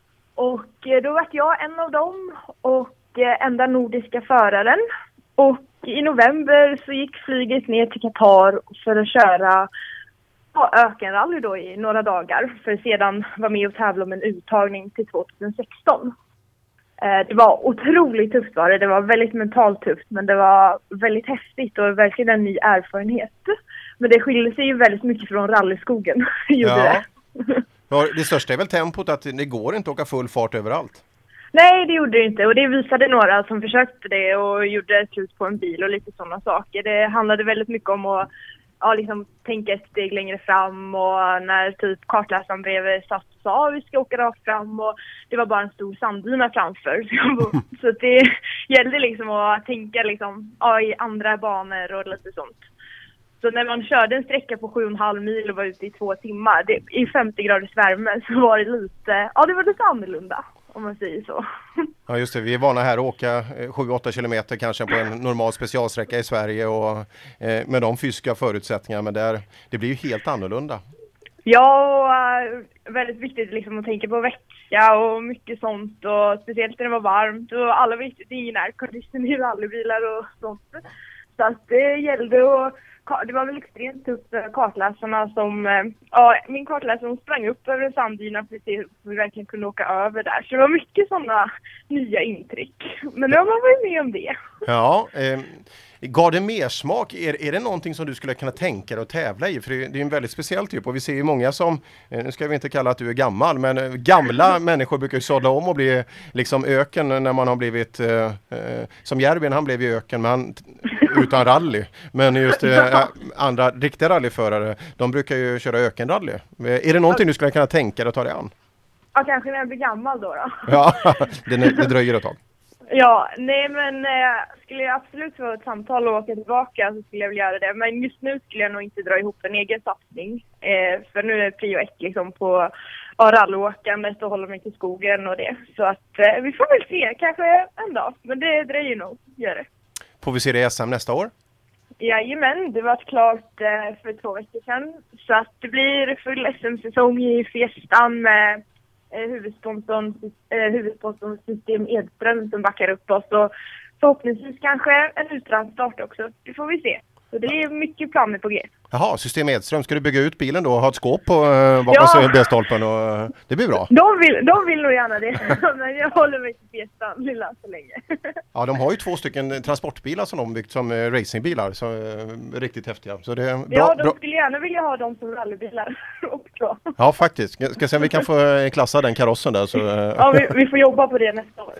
Och eh, då var jag en av dem och eh, enda nordiska föraren. Och i november så gick flyget ner till Qatar för att köra ja, ökenrally då i några dagar för att sedan vara med och tävla om en uttagning till tjugohundrasexton. Det var otroligt tufft var det. Det var väldigt mentalt tufft men det var väldigt häftigt och verkligen en ny erfarenhet. Men det skiljer sig ju väldigt mycket från rallyskogen. Gjorde Ja. det. Ja, det största är väl tempot att det går inte att åka full fart överallt. Nej, det gjorde det inte. Och det visade några som försökte det och gjorde slut på en bil och lite sådana saker. Det handlade väldigt mycket om att ja, liksom, tänka ett steg längre fram och när typ kartläsaren bredvid satt och sa vi ska åka rakt fram och det var bara en stor sanddyna framför. Så, jag bara, så att det gällde liksom att tänka liksom, ja, i andra banor och lite sånt. Så när man körde en sträcka på sju och en halv mil och var ute i två timmar, det, i femtio graders värme så var det lite, ja det var lite annorlunda om man säger så. Ja just det, vi är vana här att åka sju åtta kilometer kanske på en normal specialsträcka i Sverige och eh, med de fysiska förutsättningarna, men där, det blir ju helt annorlunda. Ja, och, uh, väldigt viktigt liksom att tänka på vecka och mycket sånt. Och speciellt när det var varmt och alla vet att det är ingen aircondition i rallybilar och sånt. Så att det gällde att, det var väl extremt tufft för kartläsarna som, ja, min kartläsare sprang upp över en sanddyna för att se hur vi verkligen kunde åka över där. Så det var mycket sådana nya intryck. Men nu har man varit med om det. Ja, eh, gav det mer smak? Är, är det någonting som du skulle kunna tänka dig att tävla i? För det, det är en väldigt speciell typ och vi ser ju många som, eh, nu ska vi inte kalla att du är gammal, men eh, gamla människor brukar ju sådla om och bli liksom öken när man har blivit, eh, eh, som Järvin, han blev ju öken men han, utan rally. Men just eh, andra riktiga rallyförare, de brukar ju köra ökenrally. Är det någonting du skulle kunna tänka dig att ta dig an? Ja, kanske när jag blir gammal då då. Ja, det, det dröjer ett tag. Ja, nej men eh, skulle jag absolut få ett samtal och åka tillbaka så skulle jag vilja göra det. Men just nu skulle jag nog inte dra ihop en egen satsning. Eh, för nu är prio ett liksom på ja, rallyåkandet och hålla mig till skogen och det. Så att eh, vi får väl se, kanske en dag. Men det dröjer nog, gör det. Får vi se det i S M nästa år? Jajamän, det var klart eh, för två veckor sedan. Så att det blir full S M-säsong i Fiestan med eh, huvudsponsorn, eh, huvudsponsorn System Edström som backar upp oss. Och förhoppningsvis kanske en utlandsstart också. Det får vi se. Så det är mycket planer på G. Jaha, System Edström. Ska du bygga ut bilen då och ha ett skåp på uh, bakom ja. B-stolpen? Och, uh, det blir bra. De vill, de vill nog gärna det. Men jag håller mig till Fiestan lilla så länge. Ja, de har ju två stycken transportbilar som de byggt som uh, racingbilar. Så uh, riktigt häftiga. Så det är bra, ja, de bra. skulle gärna vilja ha dem som rallybilar också. Ja, faktiskt. Ska, ska se om vi kan få uh, klassa den karossen där. Så, uh. Ja, vi, vi får jobba på det nästa år.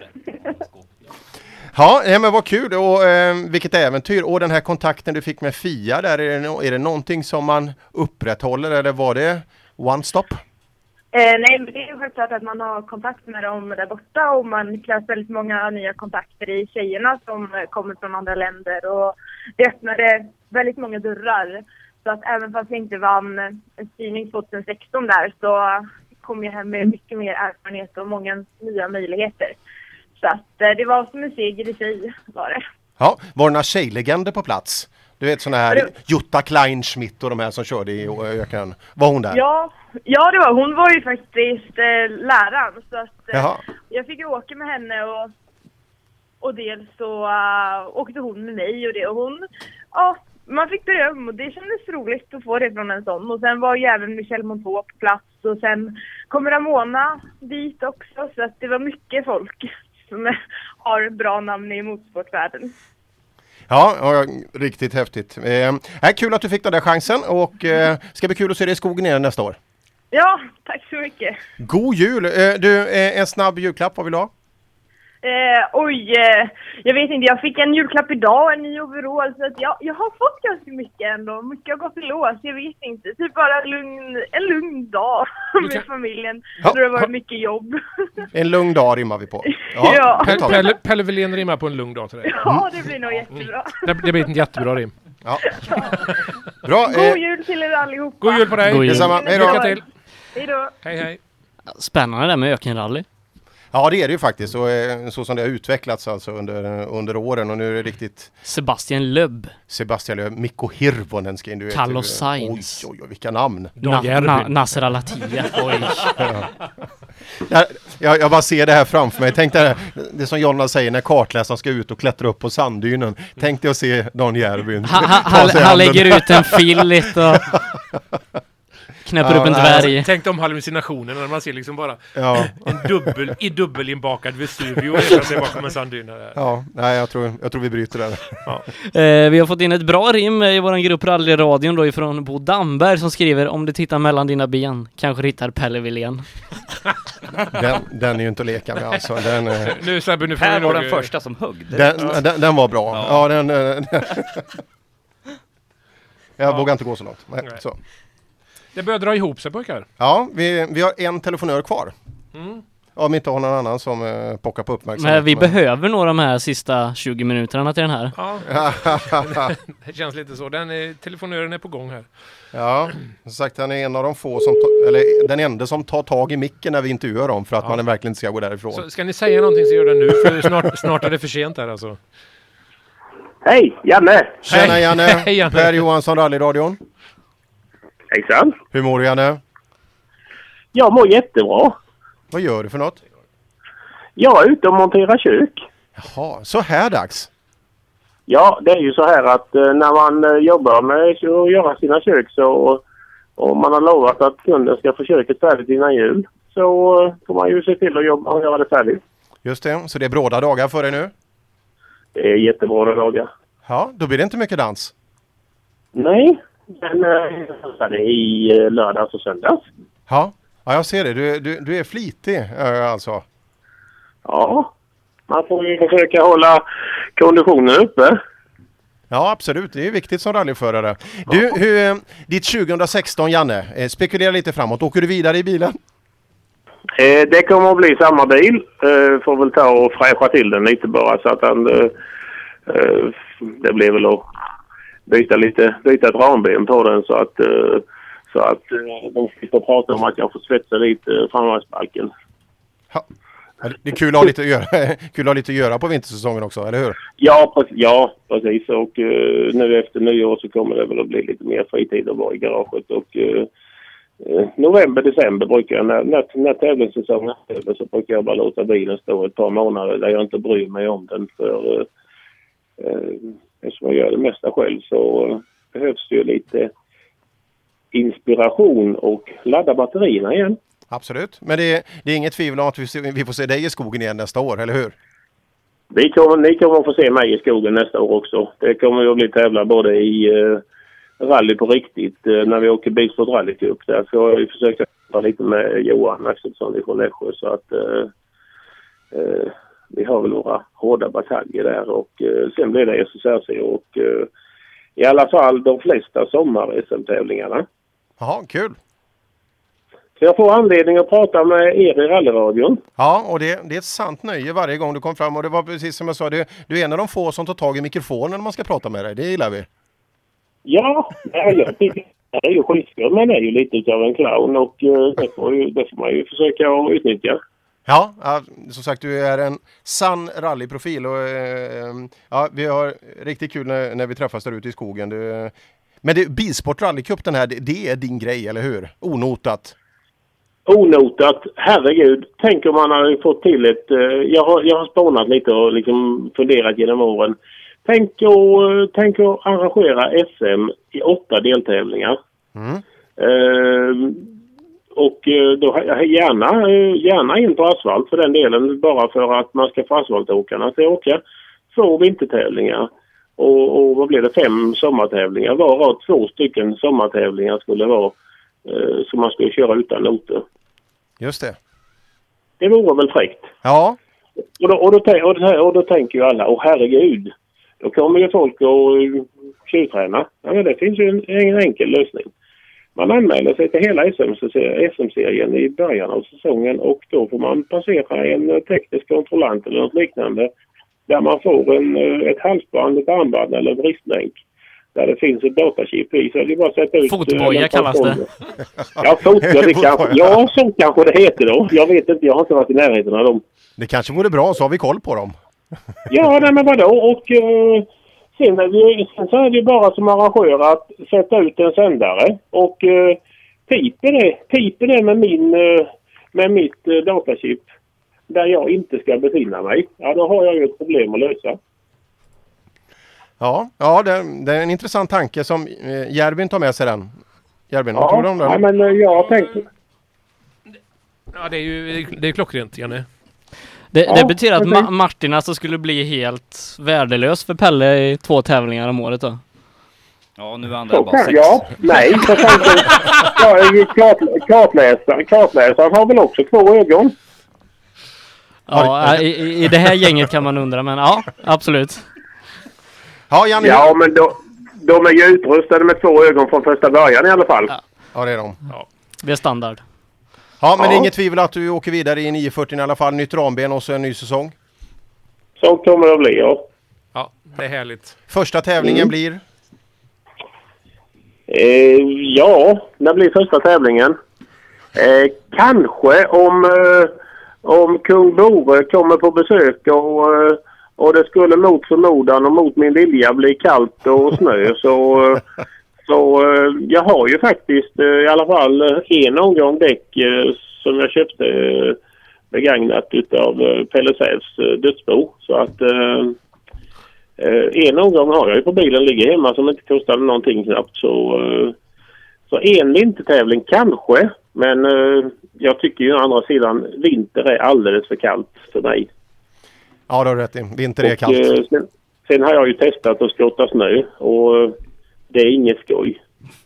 Ja, men vad kul och eh, vilket äventyr. Och den här kontakten du fick med Fia där, är det, no- är det någonting som man upprätthåller eller var det one stop? Eh, nej, men det är självklart att man har kontakt med dem där borta och man krävs väldigt många nya kontakter i tjejerna som kommer från andra länder och det öppnade väldigt många dörrar. Så att även fast jag inte vann en styrning tjugohundrasexton där så kom jag hem med mycket mer erfarenhet och många nya möjligheter. Så att eh, det var som en seger i sig var det. Ja, var det några tjejlegender på plats? Du vet sådana här det... Jutta Kleinschmidt och de här som körde i öken. Var hon där? Ja, ja det var hon. var ju faktiskt eh, läraren. Så att eh, jag fick ju åka med henne och, och dels så uh, åkte hon med mig och det. Och hon, ja, man fick beröm och det kändes roligt att få det från en sån. Och sen var ju även Michel Monteau på plats och sen kommer Ramona dit också. Så att det var mycket folk som har bra namn i motorsportvärlden. Ja, ja, riktigt häftigt. Eh, är kul att du fick den där chansen och eh, ska bli kul att se dig i skogen igen nästa år. Ja, tack så mycket. God jul! Eh, du, eh, en snabb julklapp, vad vill du ha? Eh, oj, eh, jag vet inte, jag fick en julklapp idag, en ny overall, så att jag, jag har fått ganska mycket ändå, mycket har gått i lås, jag vet inte, typ bara lugn, en lugn dag med kan... familjen, ja. Då det var mycket jobb. En lugn dag rimmar vi på. Ja, ja. Pelle, Pelle, Pelle Wilén rimmar på en lugn dag till dig. Ja, det blir nog jättebra. Det, det blir en jättebra rim. Ja. Bra, eh... God jul till er allihopa. God jul på dig. God jul. Detsamma. Hej då. Lycka till. Hej då. Hej, hej. Spännande där med ökenrally. Ja, det är det ju faktiskt. Och, eh, så som det har utvecklats alltså under, under åren. Och nu är det riktigt... Sebastian Löb. Sebastian Löb. Mikko Hirvonen ska in. Du vet, Carlos Sainz. Oj, oj, oj, vilka namn. Na- na- Nasser Al-Attiyah. Oj. jag, jag, jag bara ser det här framför mig. Tänk det, det som Jonna säger när kartläsaren ska ut och klättra upp på sanddynen. Tänk dig att se Don Järvin. Han, han, han lägger ut en fillit och... knäpper ja, upp en dvärg. Tänk de hallucinationerna när man ser liksom bara ja. en dubbel i dubbel inbakad Vesuvio och ser bakom en sanddyna där. Ja, nej, jag tror, jag tror vi bryter där. Ja. Eh, vi har fått in ett bra rim i våran grupp Rallyradion då ifrån Bo Damberg som skriver: om du tittar mellan dina ben kanske hittar Pelle Wilén. den, den är ju inte att leka med alltså. Den, eh... nu, Sebbe, nu får här var nog... den första som högg. Den, ja. den, den var bra. Ja, ja den... den... jag ja. vågar inte gå så långt. Nej, nej. Så. Det börjar dra ihop sig, pojkar. Ja, vi, vi har en telefonör kvar. Mm. Om inte har någon annan som eh, pockar på uppmärksamhet. Men vi men... behöver nog de här sista tjugo minuterna till den här. Ja, det känns lite så. Den är, telefonören är på gång här. Ja, som sagt, han är en av de få som, ta- eller den enda som tar tag i micken när vi intervjuar dem för att ja. man verkligen inte ska gå därifrån. Så ska ni säga någonting så gör det nu, för snart, snart är det för sent här alltså. Hej, Janne! Tjena Janne, Hej, Janne. Per Johansson, Rallyradion. Hejsan. Hur mår du, Janne? Jag mår jättebra. Vad gör du för något? Jag är ute och monterar kök. Jaha, så här dags? Ja, det är ju så här att eh, när man eh, jobbar med att göra sina kök så, och man har lovat att kunden ska få köket färdigt innan jul, så eh, får man ju se till att jobba och göra det färdigt. Just det, så det är bråda dagar för dig nu? Det är jättebra dagar. Ja, då blir det inte mycket dans. Nej, men eh, det är i eh, lördags och söndags. Ja, ja jag ser det. Du, du, du är flitig äh, alltså. Ja, man får ju försöka hålla konditionen uppe. Ja, absolut. Det är viktigt som rallyförare. Du, hur, ditt tjugohundrasexton, Janne, eh, spekulera lite framåt. Åker du vidare i bilen? Eh, det kommer att bli samma bil. Eh, får väl ta och fräscha till den lite bara så att han, eh, eh, det blir väl att byta lite, byta ett ramben på den så att, eh, så att eh, de ska prata om att jag får svetsa lite eh, framvagnsbalken. Ja. Det är kul att ha lite att göra, kul att ha lite att göra på vintersäsongen också, eller hur? Ja, precis, ja, precis. Och uh, nu efter nyår så kommer det väl att bli lite mer fritid att vara i garaget. Och uh, uh, november, december brukar jag, när, när, när tävlingssäsongen är över så brukar jag bara låta bilen stå ett par månader där jag inte bryr mig om den. För uh, uh, eftersom jag gör det mesta själv så uh, behövs det ju lite inspiration och ladda batterierna igen. Absolut, men det är, det är inget tvivel om att vi, vi får se dig i skogen igen nästa år, eller hur? Vi kommer, ni kommer att få se mig i skogen nästa år också. Det kommer ju att bli tävla både i uh, rally på riktigt uh, när vi åker Bilsport Rally Cup. Där så har jag försökt ta lite med Johan Axelsson från Nässjö så att uh, uh, vi har väl några hårda bataljer där och uh, sen blir det S S R C och uh, i alla fall de flesta sommar-S M-tävlingarna. Jaha, kul! Så jag får anledning att prata med er i rallyradion. Ja, och det, det är ett sant nöje varje gång du kom fram. Och det var precis som jag sa, du, du är en av de få som tar tag i mikrofonen när man ska prata med dig. Det gillar vi. Ja, jag tycker det är ju skitskoj. Man är ju lite av en clown och uh, det, får ju, det får man ju försöka att utnyttja. Ja, ja, som sagt du är en sann rallyprofil. Och, eh, ja, vi har riktigt kul när, när vi träffas där ute i skogen. Du, men det, Bilsport Rally Cup den här, det, det är din grej, eller hur? Onotat. Onotat, herregud. Tänk om man hade fått till ett... Uh, jag, har, jag har spånat lite och liksom funderat genom åren. Tänk att, tänk att arrangera S M i åtta deltävlingar. Mm. Uh, och uh, då gärna, uh, gärna in på asfalt för den delen. Bara för att man ska få asfaltåkarna att åka två vintertävlingar. Och, och vad blir det? Fem sommartävlingar. Varav två stycken sommartävlingar skulle vara uh, som man skulle köra utan noter. Just det. Det vore väl fräckt. Ja. Och då, och då, och då, och då tänker ju alla, åh herregud, då kommer ju folk att tjuvträna. Ja, men det finns ju en, en enkel lösning. Man anmäler sig till hela S M-serien i början av säsongen och då får man passera en teknisk kontrollant eller något liknande där man får en, ett halsband, ett armband eller en wristlänk. Där det finns ett datachip i så det är bara att sätta ut... Fotboja kallas det. Ja, fotboja, det kanske... Ja, så kanske det heter då. Jag vet inte, jag har inte varit i närheten av dem. Det kanske vore bra, så har vi koll på dem. Ja, nej, men vadå? Och uh, sen, är det, sen så är det bara som arrangör att sätta ut en sändare. Och uh, piper det, piper det med, min, uh, med mitt uh, datachip där jag inte ska befinna mig. Ja, då har jag ju ett problem att lösa. Ja, ja det, det är en intressant tanke som eh, Järvin tar med sig den. Järvin, ja, vad tror du om den? Ja, men uh, jag tänkte... Ja, det är ju det är klockrent, Janne. Det, ja, det betyder att okay. Ma- Martin alltså skulle bli helt värdelös för Pelle i två tävlingar om året då. Ja, nu är han där bara sex. Ja, nej. För klart, kartläsaren, kartläsaren har väl också två ögon? Ja, i, i det här gänget kan man undra, men ja, absolut. Ja, Janne. Ja, men då, de är ju utrustade med två ögon från första början i alla fall. Ja, ja det är de. Ja. Det är standard. Ja, men ja. det är inget tvivel att du åker vidare i nio fyrtio i alla fall. Nytt ramben och så en ny säsong. Så kommer det bli, ja. Ja, det är härligt. Första tävlingen mm. blir? Eh, ja, när blir första tävlingen? Eh, kanske om, eh, om Kung Bore kommer på besök och, eh, och det skulle mot förmodan och mot min vilja bli kallt och snö så... Eh, Så eh, jag har ju faktiskt eh, i alla fall en omgång däck eh, som jag köpte eh, begagnat utav uh, Pelle Sävs uh, dödsbo. Så att uh, uh, en omgång har jag ju på bilen ligger hemma som inte kostade någonting knappt. Så, uh, så en vintertävling kanske. Men uh, jag tycker ju å andra sidan vinter är alldeles för kallt för mig. Ja, du har rätt i. Vinter är och, kallt. Uh, sen, sen har jag ju testat att skotta snö och uh, det är inget skoj.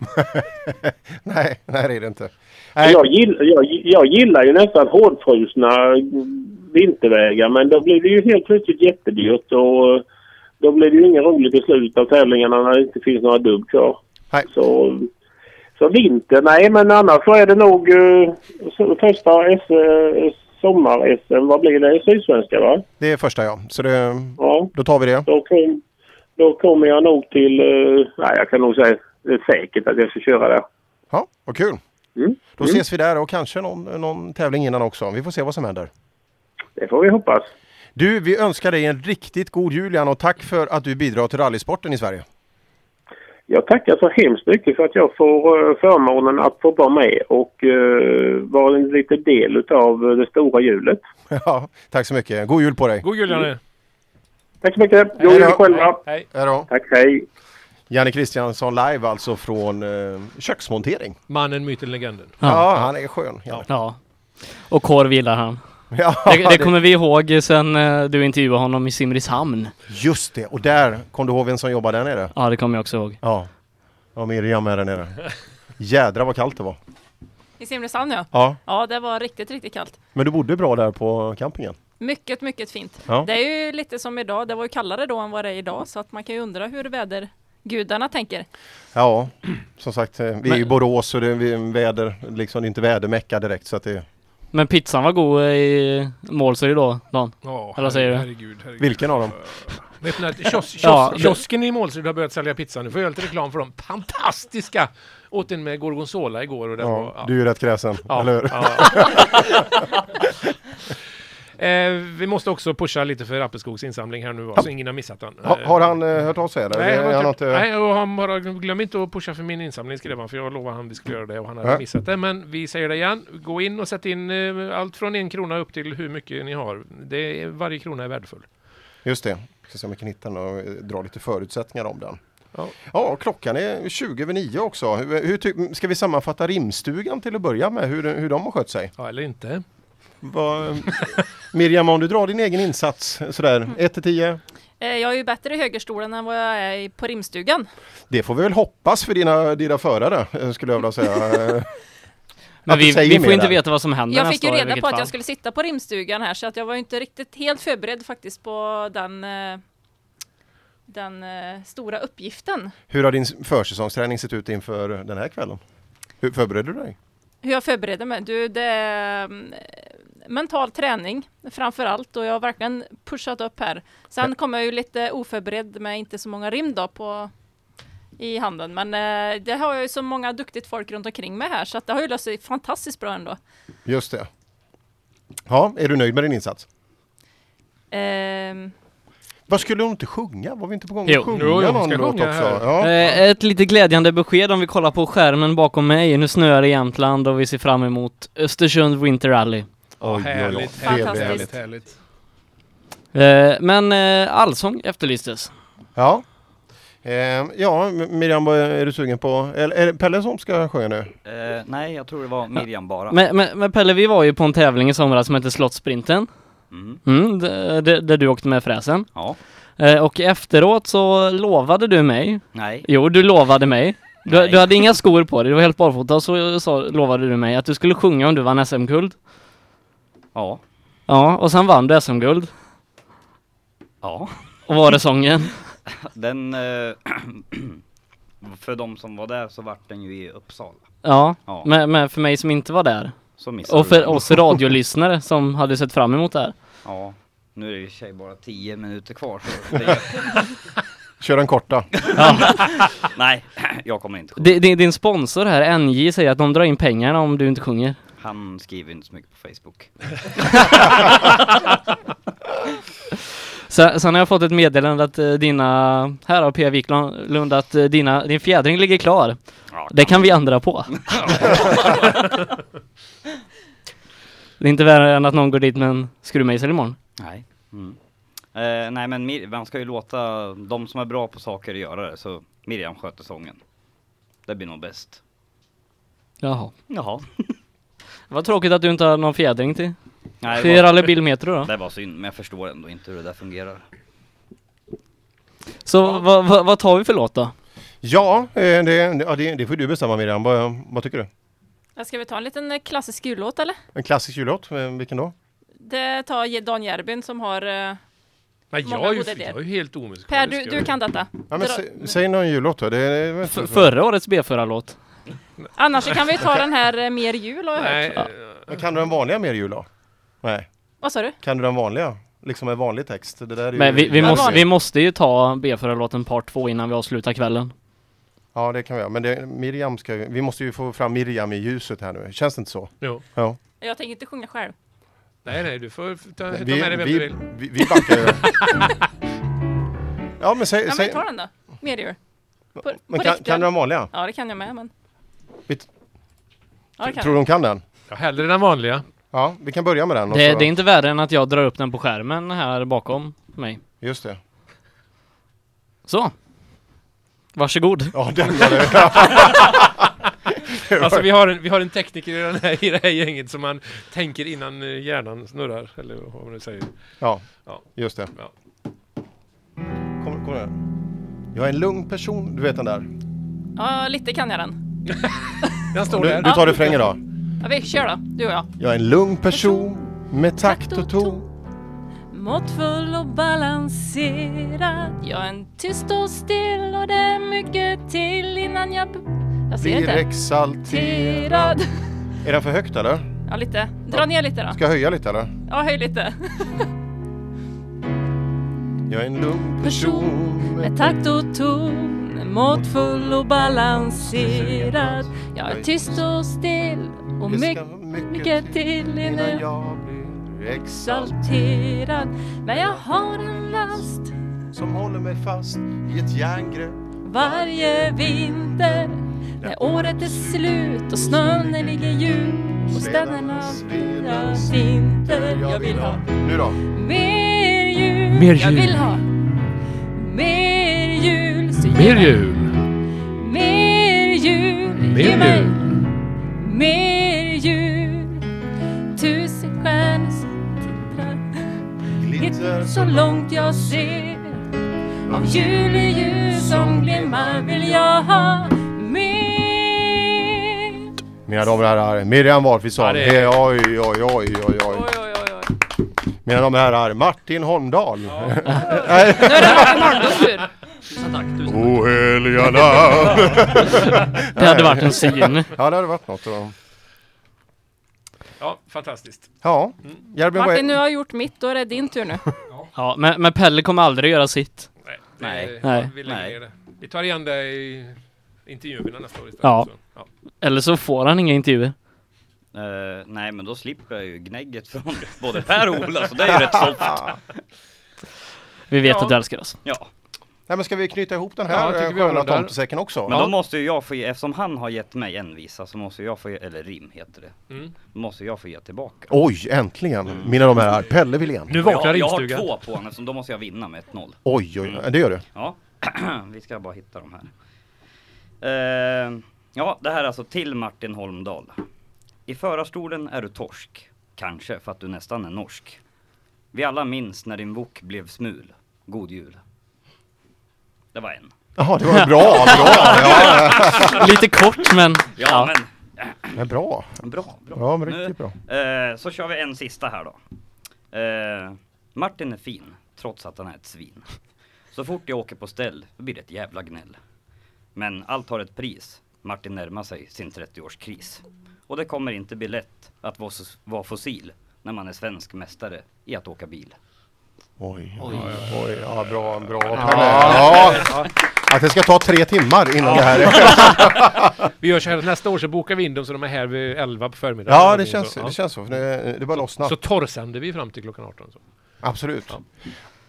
nej, nej det är det inte. Nej. Jag, gillar, jag, jag gillar ju nästan hårdfrusna vintervägar, men då blir det ju helt plötsligt jättedyrt och då blir det ju ingen rolig beslut av tävlingarna när det inte finns några dubb kvar. Nej. Så, så vinter, nej, men annars så är det nog uh, så, första S, uh, sommar-S M, vad blir det? Sydsvenska, va? Det är första, ja. Så det, ja. Då tar vi det. Då, kom, då kommer jag nog till, uh, nej jag kan nog säga det är säkert att jag ska köra där. Ja, vad kul. Mm. Då mm. ses vi där och kanske någon, någon tävling innan också. Vi får se vad som händer. Det får vi hoppas. Du, vi önskar dig en riktigt god jul, Jan, och tack för att du bidrar till rallysporten i Sverige. Jag tackar så hemskt mycket för att jag får uh, förmånen att få vara med och uh, vara en liten del av det stora hjulet. Ja, tack så mycket. God jul på dig. God jul, Janne. Mm. Tack så mycket. God jul själva. Hej. Hej då. Tack, hej. Janne Kristiansson live alltså från eh, köksmontering. Mannen, myten, legenden. Ja, ja han är skön. Ja. ja. Och korv gillar han. Ja, det, det kommer vi ihåg sen eh, du intervjuade honom i Simrishamn. Just det, och där kom du ihåg vem som jobbar där nere? Ja, det kommer jag också ihåg. Ja, ja Miriam är där nere. Jädra vad kallt det var. I Simrishamn, ja. Ja. Ja, det var riktigt, riktigt kallt. Men du bodde bra där på campingen? Mycket, mycket fint. Ja. Det är ju lite som idag. Det var ju kallare då än vad det är idag. Så att man kan ju undra hur vädergudarna tänker. Ja, som sagt, vi är i Borås och det är väder, liksom inte vädermäcka direkt så att det... Men pizzan var god i Målsöj då, Dan? Ja, eller säger du? Herregud, herregud. Vilken av dem? Vet ni att kios, kios, ja, kiosken i Målsöj har börjat sälja pizza. Nu får jag lite reklam för dem. Fantastiska! Åt en med gorgonzola igår. Och den ja, var, ja. Du är ju rätt kräsen, ja, eller hur? Ja. eh, vi måste också pusha lite för Rappelskogs insamling här nu, va, så ingen har missat den. Ha, har han eh, hört av sig? Eller? Nej, han, han har inte... nej, och han bara glöm inte att pusha för min insamling, skrev han, för jag lovar han vi skulle göra det och han hade ja. missat det. Men vi säger det igen, gå in och sätt in eh, allt från en krona upp till hur mycket ni har. Det är, varje krona är värdefull. Just det, ska se om jag kan hitta den och dra lite förutsättningar om den. Ja, ja klockan är tjugo över nio också. Hur, hur ty- ska vi sammanfatta Rimstugan till att börja med, hur, hur de har skött sig? ja eller inte. Va, Miriam, om du drar din egen insats sådär, ett till tio? Jag är ju bättre i högerstolen än vad jag är på Rimstugan. Det får vi väl hoppas för dina, dina förare, skulle jag vilja säga. Men vi, vi får inte där. veta vad som händer Jag nästa fick ju år, reda på att fall. jag skulle sitta på Rimstugan här, så att jag var inte riktigt helt förberedd faktiskt på den, den stora uppgiften. Hur har din försäsongsträning sett ut inför den här kvällen? Hur förbereder du dig? Hur jag förbereder mig? Du, det är mm, mental träning framför allt, och jag har verkligen pushat upp här. Sen ja. kommer jag ju lite oförberedd med inte så många rim då på i handen, men eh, det har jag ju så många duktigt folk runt omkring mig här, så att det har ju löst sig fantastiskt bra ändå. Just det. Ja, är du nöjd med din insats? Ehm... Vad skulle hon inte sjunga? Var vi inte på gång att Jo. sjunga Jo, jo, någon ska låt sjunga också? Ja. Eh, ett lite glädjande besked om vi kollar på skärmen bakom mig. Nu snöar i Jämtland och vi ser fram emot Östersund Winter Rally. Ja, Oj, härligt, oj, oj. härligt, Fantastiskt. härligt, härligt. Eh, men eh, allsång efterlystes. Ja. Eh, ja, Miriam, vad är du sugen på? Är, är det Pelle som ska sjunga nu? Eh, nej, jag tror det var Miriam bara. Men, men, men Pelle, vi var ju på en tävling i somras som heter Slottsprinten. Mm. Mm, där, där, där du åkte med fräsen. Ja. Eh, och efteråt så lovade du mig. Nej. Jo, du lovade mig. Du, Nej. du hade inga skor på dig, du var helt barfota. Så, så lovade du mig att du skulle sjunga om du vann S M-guld. Ja. Ja, och sen vann du S M-guld. Ja. Och var det sången? Den, eh, för de som var där så vart den ju i Uppsala. Ja, Ja. Men, men för mig som inte var där. Så missade Och du för den. oss radiolyssnare som hade sett fram emot det här. Ja. Nu är det ju tjej bara tio minuter kvar. Så det Kör en korta. Ja. Nej, jag kommer inte sjunga. D- din, din sponsor här, N J, säger att de drar in pengarna om du inte sjunger. Han skriver inte så mycket på Facebook. Så, sen har jag fått ett meddelande att uh, dina, här har P. Wiklund, att uh, dina, din fjädring ligger klar. Ja, det kan vi ändra på. Det är inte värre än att någon går dit med en skruvmejsel imorgon. Nej. Mm. Eh, nej men Mir- man ska ju låta de som är bra på saker göra det. Så Miriam sköter sången. Det blir nog bäst. Jaha. Jaha. Vad tråkigt att du inte har någon fjädring till. Nej, Till Rally Bilmetro då. Det var synd, men jag förstår ändå inte hur det där fungerar. Så ja. vad, vad, vad tar vi för låt då? Ja, det, det, det, det får du bestämma Miriam. Vad, vad tycker du? Ska vi ta en liten klassisk jullåt eller? En klassisk jullåt, vilken då? Det tar Dan Järbyn som har uh, Nej, jag är ju, jag är ju helt omusikalisk. Per, du, du kan detta. Ja, men sä, säg någon jullåt då. Det, det, F- förra årets B-förarlåt. Annars kan vi ta den här uh, Mer jul har jag Nej. hört. Men kan du den vanliga Mer jul då? Nej. Vad sa du? Kan du den vanliga? Liksom en vanlig text. Det där är Men ju, vi, vi, måste, vi måste ju ta B-förarlåten part två innan vi avslutar kvällen. Ja, det kan vi göra. Men det, Miriam ska, vi måste ju få fram Miriam i ljuset här nu. Känns det inte så? Jo. Ja. Jag tänker inte sjunga själv. Nej, nej, du får ta, ta vi, med dig vem vi, du vill. Vi, vi backar ju. Ja, men säg... Ja, säg men ta den då. Mer jul. På, men på kan, riktigt. kan du den vanliga? Ja, det kan jag med, men... Vi, ja, det kan tror du de kan den? Ja, hellre den vanliga. Ja, vi kan börja med den. Och Det, så. det är inte värre än att jag drar upp den på skärmen här bakom mig. Just det. Så. Varsågod. Ja, den var det. Alltså vi har, en, vi har en tekniker i, den här, i det här gänget som man tänker innan hjärnan snurrar. Eller vad man nu säger. Ja, ja. Just det. Ja. Kom, kom här. Jag är en lugn person, du vet den där. Ja, lite kan jag den. Den står du, där. du tar refrängen då. Ja, vi kör då, du och jag. Jag är en lugn person med takt och ton. Måttfull och balanserad. Jag är en tyst och still och det är mycket till innan jag... B- jag ser Blir inte. exalterad. Är den för högt eller? Ja, lite. Dra ja. ner lite då. Ska jag höja lite eller? Ja, höj lite. Jag är en lugn person med takt och ton, måttfull och balanserad. Jag är tyst och still och mycket, mycket till innan jag blir exalterad. Men jag har en last som håller mig fast i ett järngrepp varje vinter. När året är slut och snön ligger djup och städerna blir vinter. Jag vill ha nu då. Mer jul. Mer jul. Jag vill ha mer jul. Så mer jul. Mer jul. Mer mig jul. Mer jul. Tusen stjärnor som tittar. Glittrar så långt jag ser. Av juleljus som glimmar vill jag ha mer. Mina damer och herrar, Miriam Wahlfridsson. Ja, är... Oj, oj, oj, oj, oj. Oj, oj, oj, oj. Mina damer och herrar, Martin Holmdahl. Ja. Nu är det Martin Holmdahls tur. Tusen tack, tusen tack. O heliga namn. Det hade varit en syn. Ja, det hade varit något. Då. Ja, fantastiskt. Ja. Mm. Martin, nu har jag gjort mitt, då är det din tur nu. Ja, men, men Pelle kommer aldrig göra sitt. Nej. Nej. Det, Nej. Vi, lägger det. Vi tar igen det i intervjuerna nästa år istället. Ja. Så, ja. Eller så får han inga intervjuer. Uh, nej, men då slipper jag ju gnägget från både Per och Ola, så det är ju rätt soft. Vi vet Ja. att du älskar oss. Ja. Nej, men ska vi knyta ihop den Ja, här tycker vi sköna avrundar. tomtesäcken också? Men då måste ju jag få ge, eftersom han har gett mig en visa så måste jag få ge, eller rim heter det. Mm. Då måste jag få ge tillbaka. Oj, äntligen. Mina damer och herrar, Pelle Wilén. Nu vaknar jag, jag har rimstugan. två på honom, eftersom då måste jag vinna med ett noll. Oj, oj, det gör du. Ja, vi ska bara hitta de här. Uh, ja, det här är alltså till Martin Holmdahl. I förarstolen är du torsk. Kanske för att du nästan är norsk. Vi alla minns när din vok blev smul. God jul. Det var en. Jaha, det var bra, bra. Ja. Lite kort, men... Ja, ja. men... Men bra. Bra, bra. Ja, men riktigt bra. Uh, så kör vi en sista här då. Uh, Martin är fin, trots att han är ett svin. Så fort jag åker på ställ, då blir det ett jävla gnäll. Men allt har ett pris. Martin närmar sig sin trettioårskris. Och det kommer inte bli lätt att vara, vara fossil när man är svensk mästare i att åka bil. Oj, Oj. oj, ja, bra, bra. Ja. Ja. Att det ska ta tre timmar innan det här är. Vi gör så här, nästa år så bokar vi in dem så de är här vid elva på förmiddagen. Ja, det känns, så, ja. det känns så. För det, det bara lossna. Så torrsänder vi fram till klockan arton. Så. Absolut. Ja.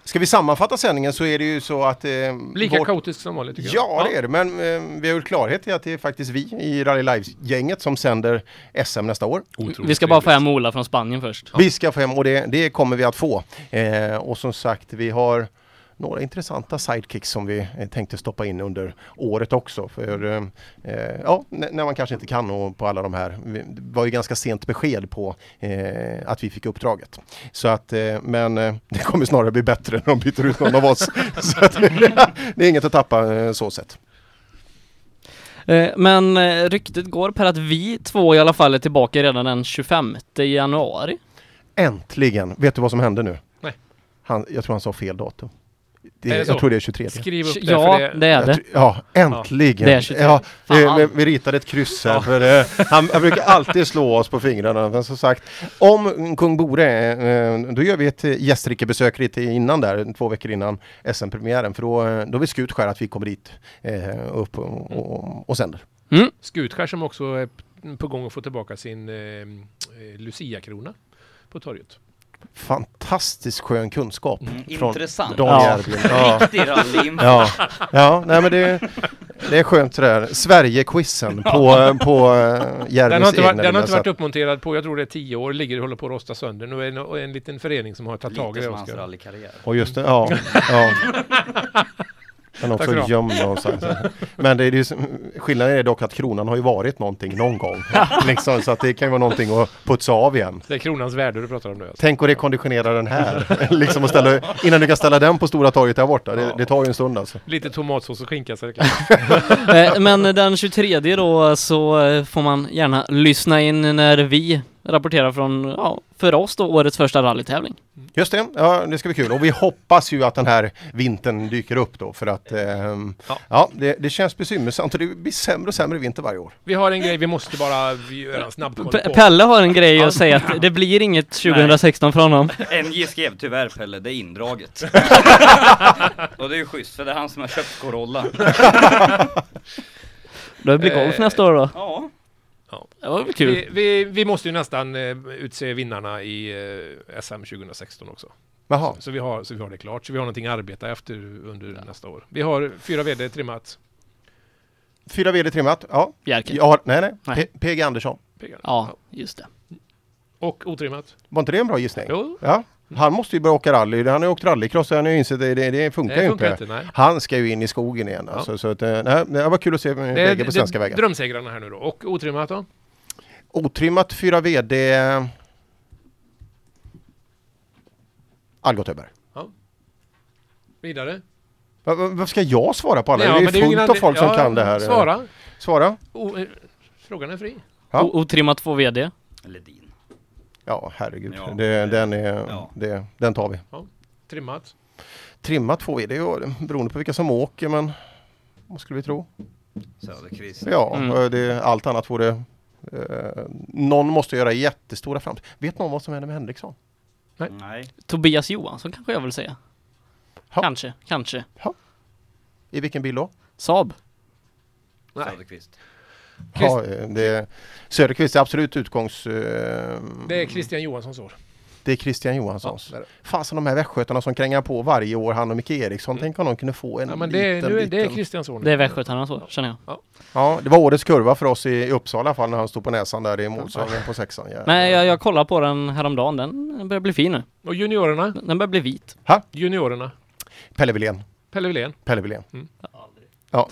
Ska vi sammanfatta sändningen så är det ju så att... Eh, Lika vårt... kaotiskt som vanligt tycker ja, jag. Ja, det är det. Men eh, vi har gjort klarhet i att det är faktiskt vi i Rally Live-gänget som sänder S M nästa år. Otroligt vi ska bara få hem Ola från Spanien först. Ja. Vi ska få hem och det, det kommer vi att få. Eh, och som sagt, vi har några intressanta sidekicks som vi eh, tänkte stoppa in under året också. För eh, ja, n- när man kanske inte kan och på alla de här. Det var ju ganska sent besked på eh, att vi fick uppdraget. Så att, eh, men eh, det kommer snarare bli bättre när de byter ut någon av oss. Så att, det är inget att tappa eh, så sett. Men eh, ryktet går på att vi två i alla fall är tillbaka redan den tjugofemte januari. Äntligen! Vet du vad som hände nu? Nej. Han, jag tror han sa fel datum. Det, är det jag tror det är tjugotredje. Skriv upp det. Ja, för det, det är det. Ja, äntligen. Det är tjugotredje. Ja, Fan. vi, vi ritade ett kryss här. För det, han, han brukar alltid slå oss på fingrarna. Men som sagt, om Kung Bore, eh, då gör vi ett gästrikebesök lite innan där, två veckor innan S M-premiären. För då, då är vi Skutskär att vi kommer dit eh, upp och, och, och sänder. Mm. Skutskär som också är på gång att få tillbaka sin eh, Lucia-krona på torget. Fantastiskt skön kunskap. Mm, från intressant. Daniel Ja. ja. Riktig rallyinfo. Ja, ja nej, men det, det är skönt det där. Sverige-quizen på, på uh, Järvis Den har inte, varit, egna den har inte lilla varit uppmonterad på, jag tror det är tio år, ligger och håller på att rosta sönder. Nu är det en, en liten förening som har tagit tag i Lite det. som hans Oskar. rallykarriär. Och just det, ja. ja. Den är Tack också för det. gömd någonstans. Men det är ju, skillnaden är dock att kronan har ju varit någonting någon gång. liksom, så att det kan ju vara någonting att putsa av igen. Det är kronans värde du pratar om nu. Alltså. Tänk att rekonditionera den här. liksom att ställa, innan du kan ställa den på stora torget där borta. Det, det tar ju en stund alltså. Lite tomatsås och skinka så är det klart. Men den tjugotredje då så får man gärna lyssna in när vi rapporterar från, ja, för oss då, årets första rallytävling. Just det, ja, det ska bli kul. Och vi hoppas ju att den här vintern dyker upp då. För att ehm, Ja. ja, det, det känns bekymmersamt och det blir sämre och sämre vinter varje år. Vi har en grej, vi måste bara göra en snabb koll P- på. Pelle har en grej att säga att det blir inget tjugohundrasexton från honom. N J skrev tyvärr Pelle, det är indraget. Och det är ju schysst för det är han som har köpt Corolla. Det blir golf Eh, nästa år då. Ja. Ja. Det var väl kul. Vi, vi, vi måste ju nästan eh, utse vinnarna i eh, S M tjugohundrasexton också. Jaha. Så, så, vi har, så vi har det klart. Så vi har någonting att arbeta efter under nästa år. Vi har fyra V D trimmat. Fyra V D trimmat, ja. Jerker. Jag har, nej, nej. Nej. P- P G Andersson. Peggar. Ja, just det. Och otrimmat. Var inte det en bra gissning? Jo. Ja. Han måste ju börja åka rally. Han har ju åkt rallycross och han har ju insett att det, det, det funkar Det ju funkar inte. inte, nej. Han ska ju in i skogen igen. Ja. Alltså, så att, eh, nej, det var kul att se Det är läge på det- svenska vägar. drömsegrarna här nu då. Och otrimmat då? Otrimmat fyra V D Algot Öberg. Vidare. Va- va- Vad ska jag svara på alla? Ja, det är men ju ju fullt ingen av folk som ja, kan det här. Svara. Svara. O, eh, frågan är fri. Ja. O- Otrimmat två V D. Ledin. Ja, herregud. Ja, det, det- den, är, ja. det, den tar vi. Trimmat. Trimmat två V D, ja, beroende på vilka som åker, men vad skulle vi tro? Söderqvist. Ja, Mm. det, allt annat vore... Eh, någon måste göra jättestora framsteg. Vet någon vad som händer med Henriksson? Nej. Tobias Johansson kanske jag vill säga. Ha. Kanske, kanske. I vilken bil då? Saab. Nej. Söderqvist. Ja, eh, det, Söderqvist är absolut utgångs... Eh, Det är Christian Johanssons år. det är Christian Johanssons. Ja, det är Fasen de här västgötarna som krängar på varje år, han och Micke Eriksson. Mm. Tänk om de kunde få en Ja, men det, är- liten, nu är, det är liten... Christians år nu. Det är västgötarna så, känner jag. Ja, det var årets kurva för oss i, i Uppsala i alla fall när han stod på näsan där i målsvängen på sexan. Ja. Men jag, jag kollar på den häromdagen, den börjar bli fin nu. Och juniorerna? Den börjar bli vit. Juniorerna. Pelle Wilén. Pelle Wilén. Pelle Wilén. Mm. Ja.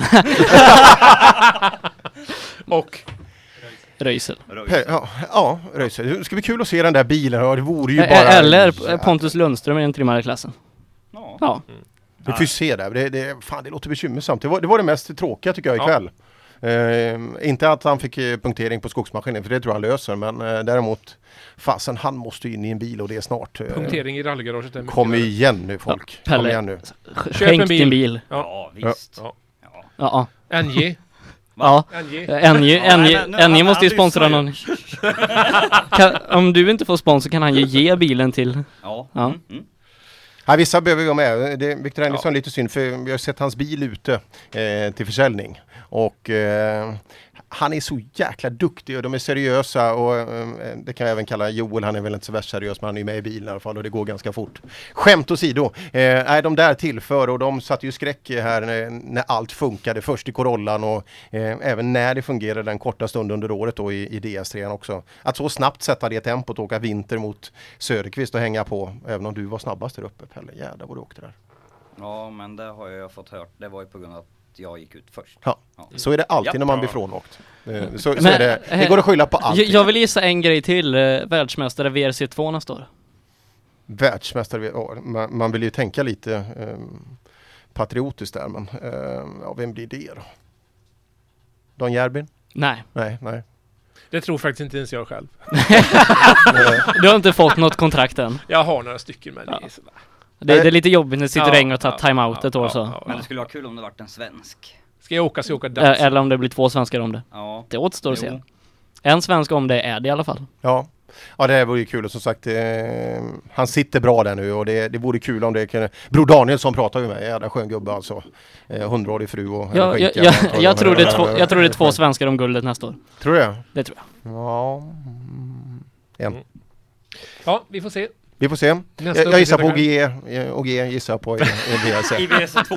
Och Röisel. Pe- ja, ja, Röise. Det ska bli kul att se den där bilen. Ja, det vore ju Ä- bara... Eller Pontus Lundström i den trimmade klassen. Ja. Ja. Vi får ju se där. Det, det, fan, det låter bekymmersamt. Det var, det var det mest tråkiga tycker jag ikväll. Eh, inte att han fick eh, punktering på skogsmaskinen, för det tror jag han löser. Men eh, däremot, fasen, han måste in i en bil och det är snart. Eh, punktering i rallygaraget är mycket Kom värre. igen nu folk. Ja, Pelle. Kom igen nu. Sk- Köp Skänk en bil. din bil. Ja, visst. Ja. Ja. Ja. N J. Ja. N J. N J, Ja, N J, nej, men nu- N J han- måste ju han sponsra lyssnar någon. Kan, om du inte får sponsor kan han ju ge bilen till. Ja. Ja. Mm. Mm. Ja, vissa behöver vi vara med. Det är Victor Henriksson Ja. lite synd för vi har sett hans bil ute eh, till försäljning. Och eh, han är så jäkla duktig och de är seriösa och eh, det kan jag även kalla Joel, han är väl inte så värst seriös men han är med i bilen i alla fall och det går ganska fort. Skämt åsido, eh, är de där tillför och de satt ju skräck här när, när allt funkade först i Corollan och eh, även när det fungerade den korta stund under året då i, i D S tre också. Att så snabbt sätta det tempot och åka vinter mot Söderqvist och hänga på, även om du var snabbast där uppe, Pelle, jävlar vad du åkte där. Ja, men det har jag fått hört. Det var ju på grund av att jag gick ut först. Ja, ja. Så är det alltid ja, när man bra. blir frånåkt. Så, så Men, är det, det går att skylla på allt. Jag, jag vill gissa en grej till. Eh, världsmästare V R C två nästa år. Världsmästare, ja, man, man vill ju tänka lite eh, patriotiskt där, men eh, ja, vem blir det då? Don Järbin? Nej. Nej, nej. Det tror faktiskt inte ens jag själv. Du har inte fått något kontrakt än. Jag har några stycken, men ja. det är sådär. Det, det är lite jobbigt när du sitter ja, regn och tar ja, time-out ja, ett år ja, så. ja, ja. Men det skulle vara kul om det varit en svensk. Ska jag åka så jag åker dans? Eller om det blir två svenskar om det. Ja. Det återstår att se. En svensk om det är det i alla fall. Ja. Ja, det vore ju kul och som sagt eh, han sitter bra där nu och det, det vore kul om det kunde. Bror Daniel som pratar ju med, jävla skön gubbe alltså. Eh, hundraårig fru och ja, jag, jag, jag, jag, tror det är två, jag tror det är två svenskar om guldet nästa år. Tror du det? Det tror jag. Ja. En. Mm. Ja, vi får se. Vi får se. Nästa jag, jag gissar på O G E. O G E gissar på i, i V R C. I V R C två.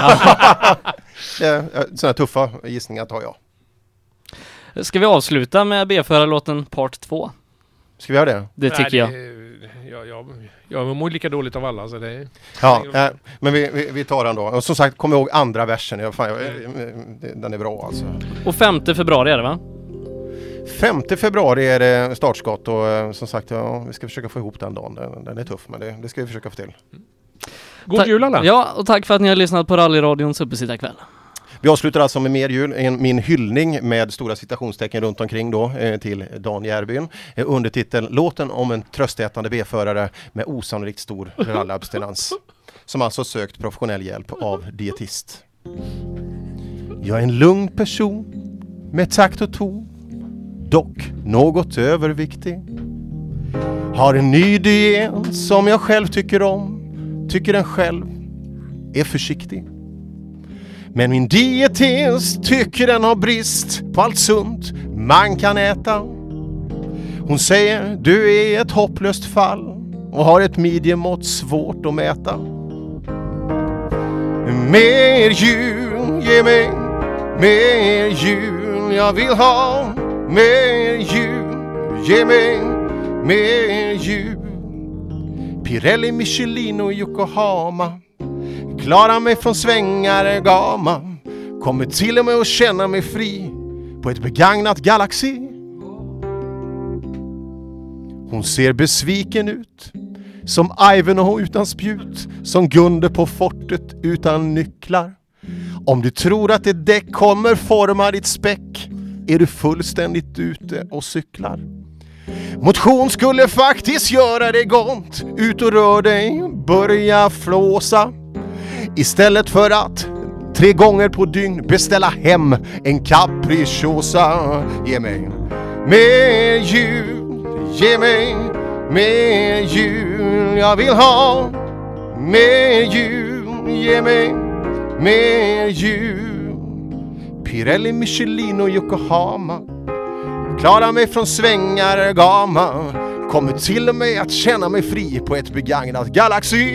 Sådana tuffa gissningar tar jag. Ska vi avsluta med B-förarlåten part två? Ska vi göra det? Det tycker Nej, det, jag. Jag, jag, jag mår lika dåligt av alla så det är... Ja, äh, men vi, vi, vi tar den då. Och som sagt, kom ihåg andra versen. Jag, fan, jag, den är bra alltså. Och femte februari är det va? femte februari är det startskott och uh, som sagt, ja, vi ska försöka få ihop den dagen. Den, den är tuff, men det, det ska vi försöka få till. God jul alla! Ja, och tack för att ni har lyssnat på Rallyradions uppesittarkväll. Vi avslutar alltså med mer jul, en, min hyllning med stora citationstecken runt omkring då eh, till Dan Järbyn. Eh, undertiteln Låten om en tröstätande B-förare med osannolikt stor rallabstinens. Som alltså sökt professionell hjälp av dietist. Jag är en lugn person med takt och ton, dock något överviktig. Har en ny diet som jag själv tycker om, tycker den själv är försiktig. Men min dietist tycker den har brist på allt sunt man kan äta. Hon säger du är ett hopplöst fall och har ett midjemått svårt att mäta. Mer jul, ge mig mer jul, jag vill ha mer jul, ge mig mer jul. Pirelli, Michelin och Yokohama, klarar mig från svängar gama, kommer till och med att känna mig fri på ett begagnat Galaxy. Hon ser besviken ut, som Ivanhoe utan spjut, som Gunde på fortet utan nycklar. Om du tror att ett däck kommer forma ditt späck, är du fullständigt ute och cyklar. Motion skulle faktiskt göra dig gott, ut och rör dig, börja flåsa. Istället för att tre gånger på dygn beställa hem en capricciosa. Ge mig mer jul, ge mig mer jul, jag vill ha mer jul, ge mig mer jul. Pirelli, Michelin och Yokohama, klarar mig från svängar gama, kommer till och med att känna mig fri på ett begagnat Galaxy.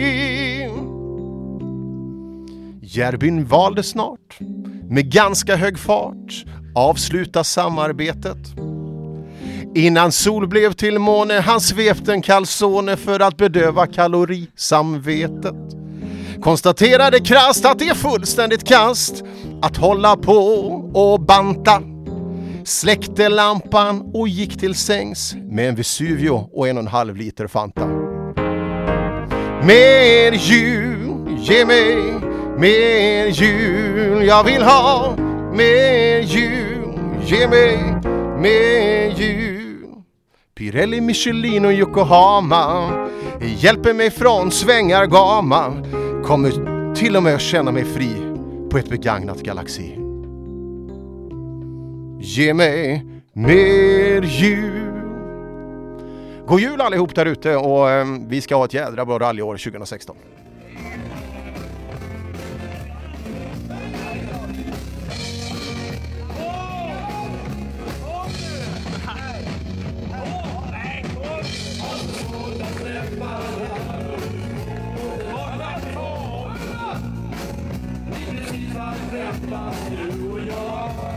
Järbyn valde snart med ganska hög fart avsluta samarbetet. Innan sol blev till måne han svepte en kalsone för att bedöva kalorisamvetet. Konstaterade krasst att det är fullständigt kast att hålla på och banta. Släckte lampan och gick till sängs med en Vesuvio och en och en halv liter Fanta. Mer jul, ge mig mer jul, jag vill ha mer jul, ge mig mer jul. Pirelli, Michelin och Yokohama hjälper mig från svängar gama, kommer till och med att känna mig fri på ett begagnat Galaxy. Ge mig mer jul. God jul allihop där ute och eh, vi ska ha ett jädra bra rallyår tjugo sexton. kämpar du och jag.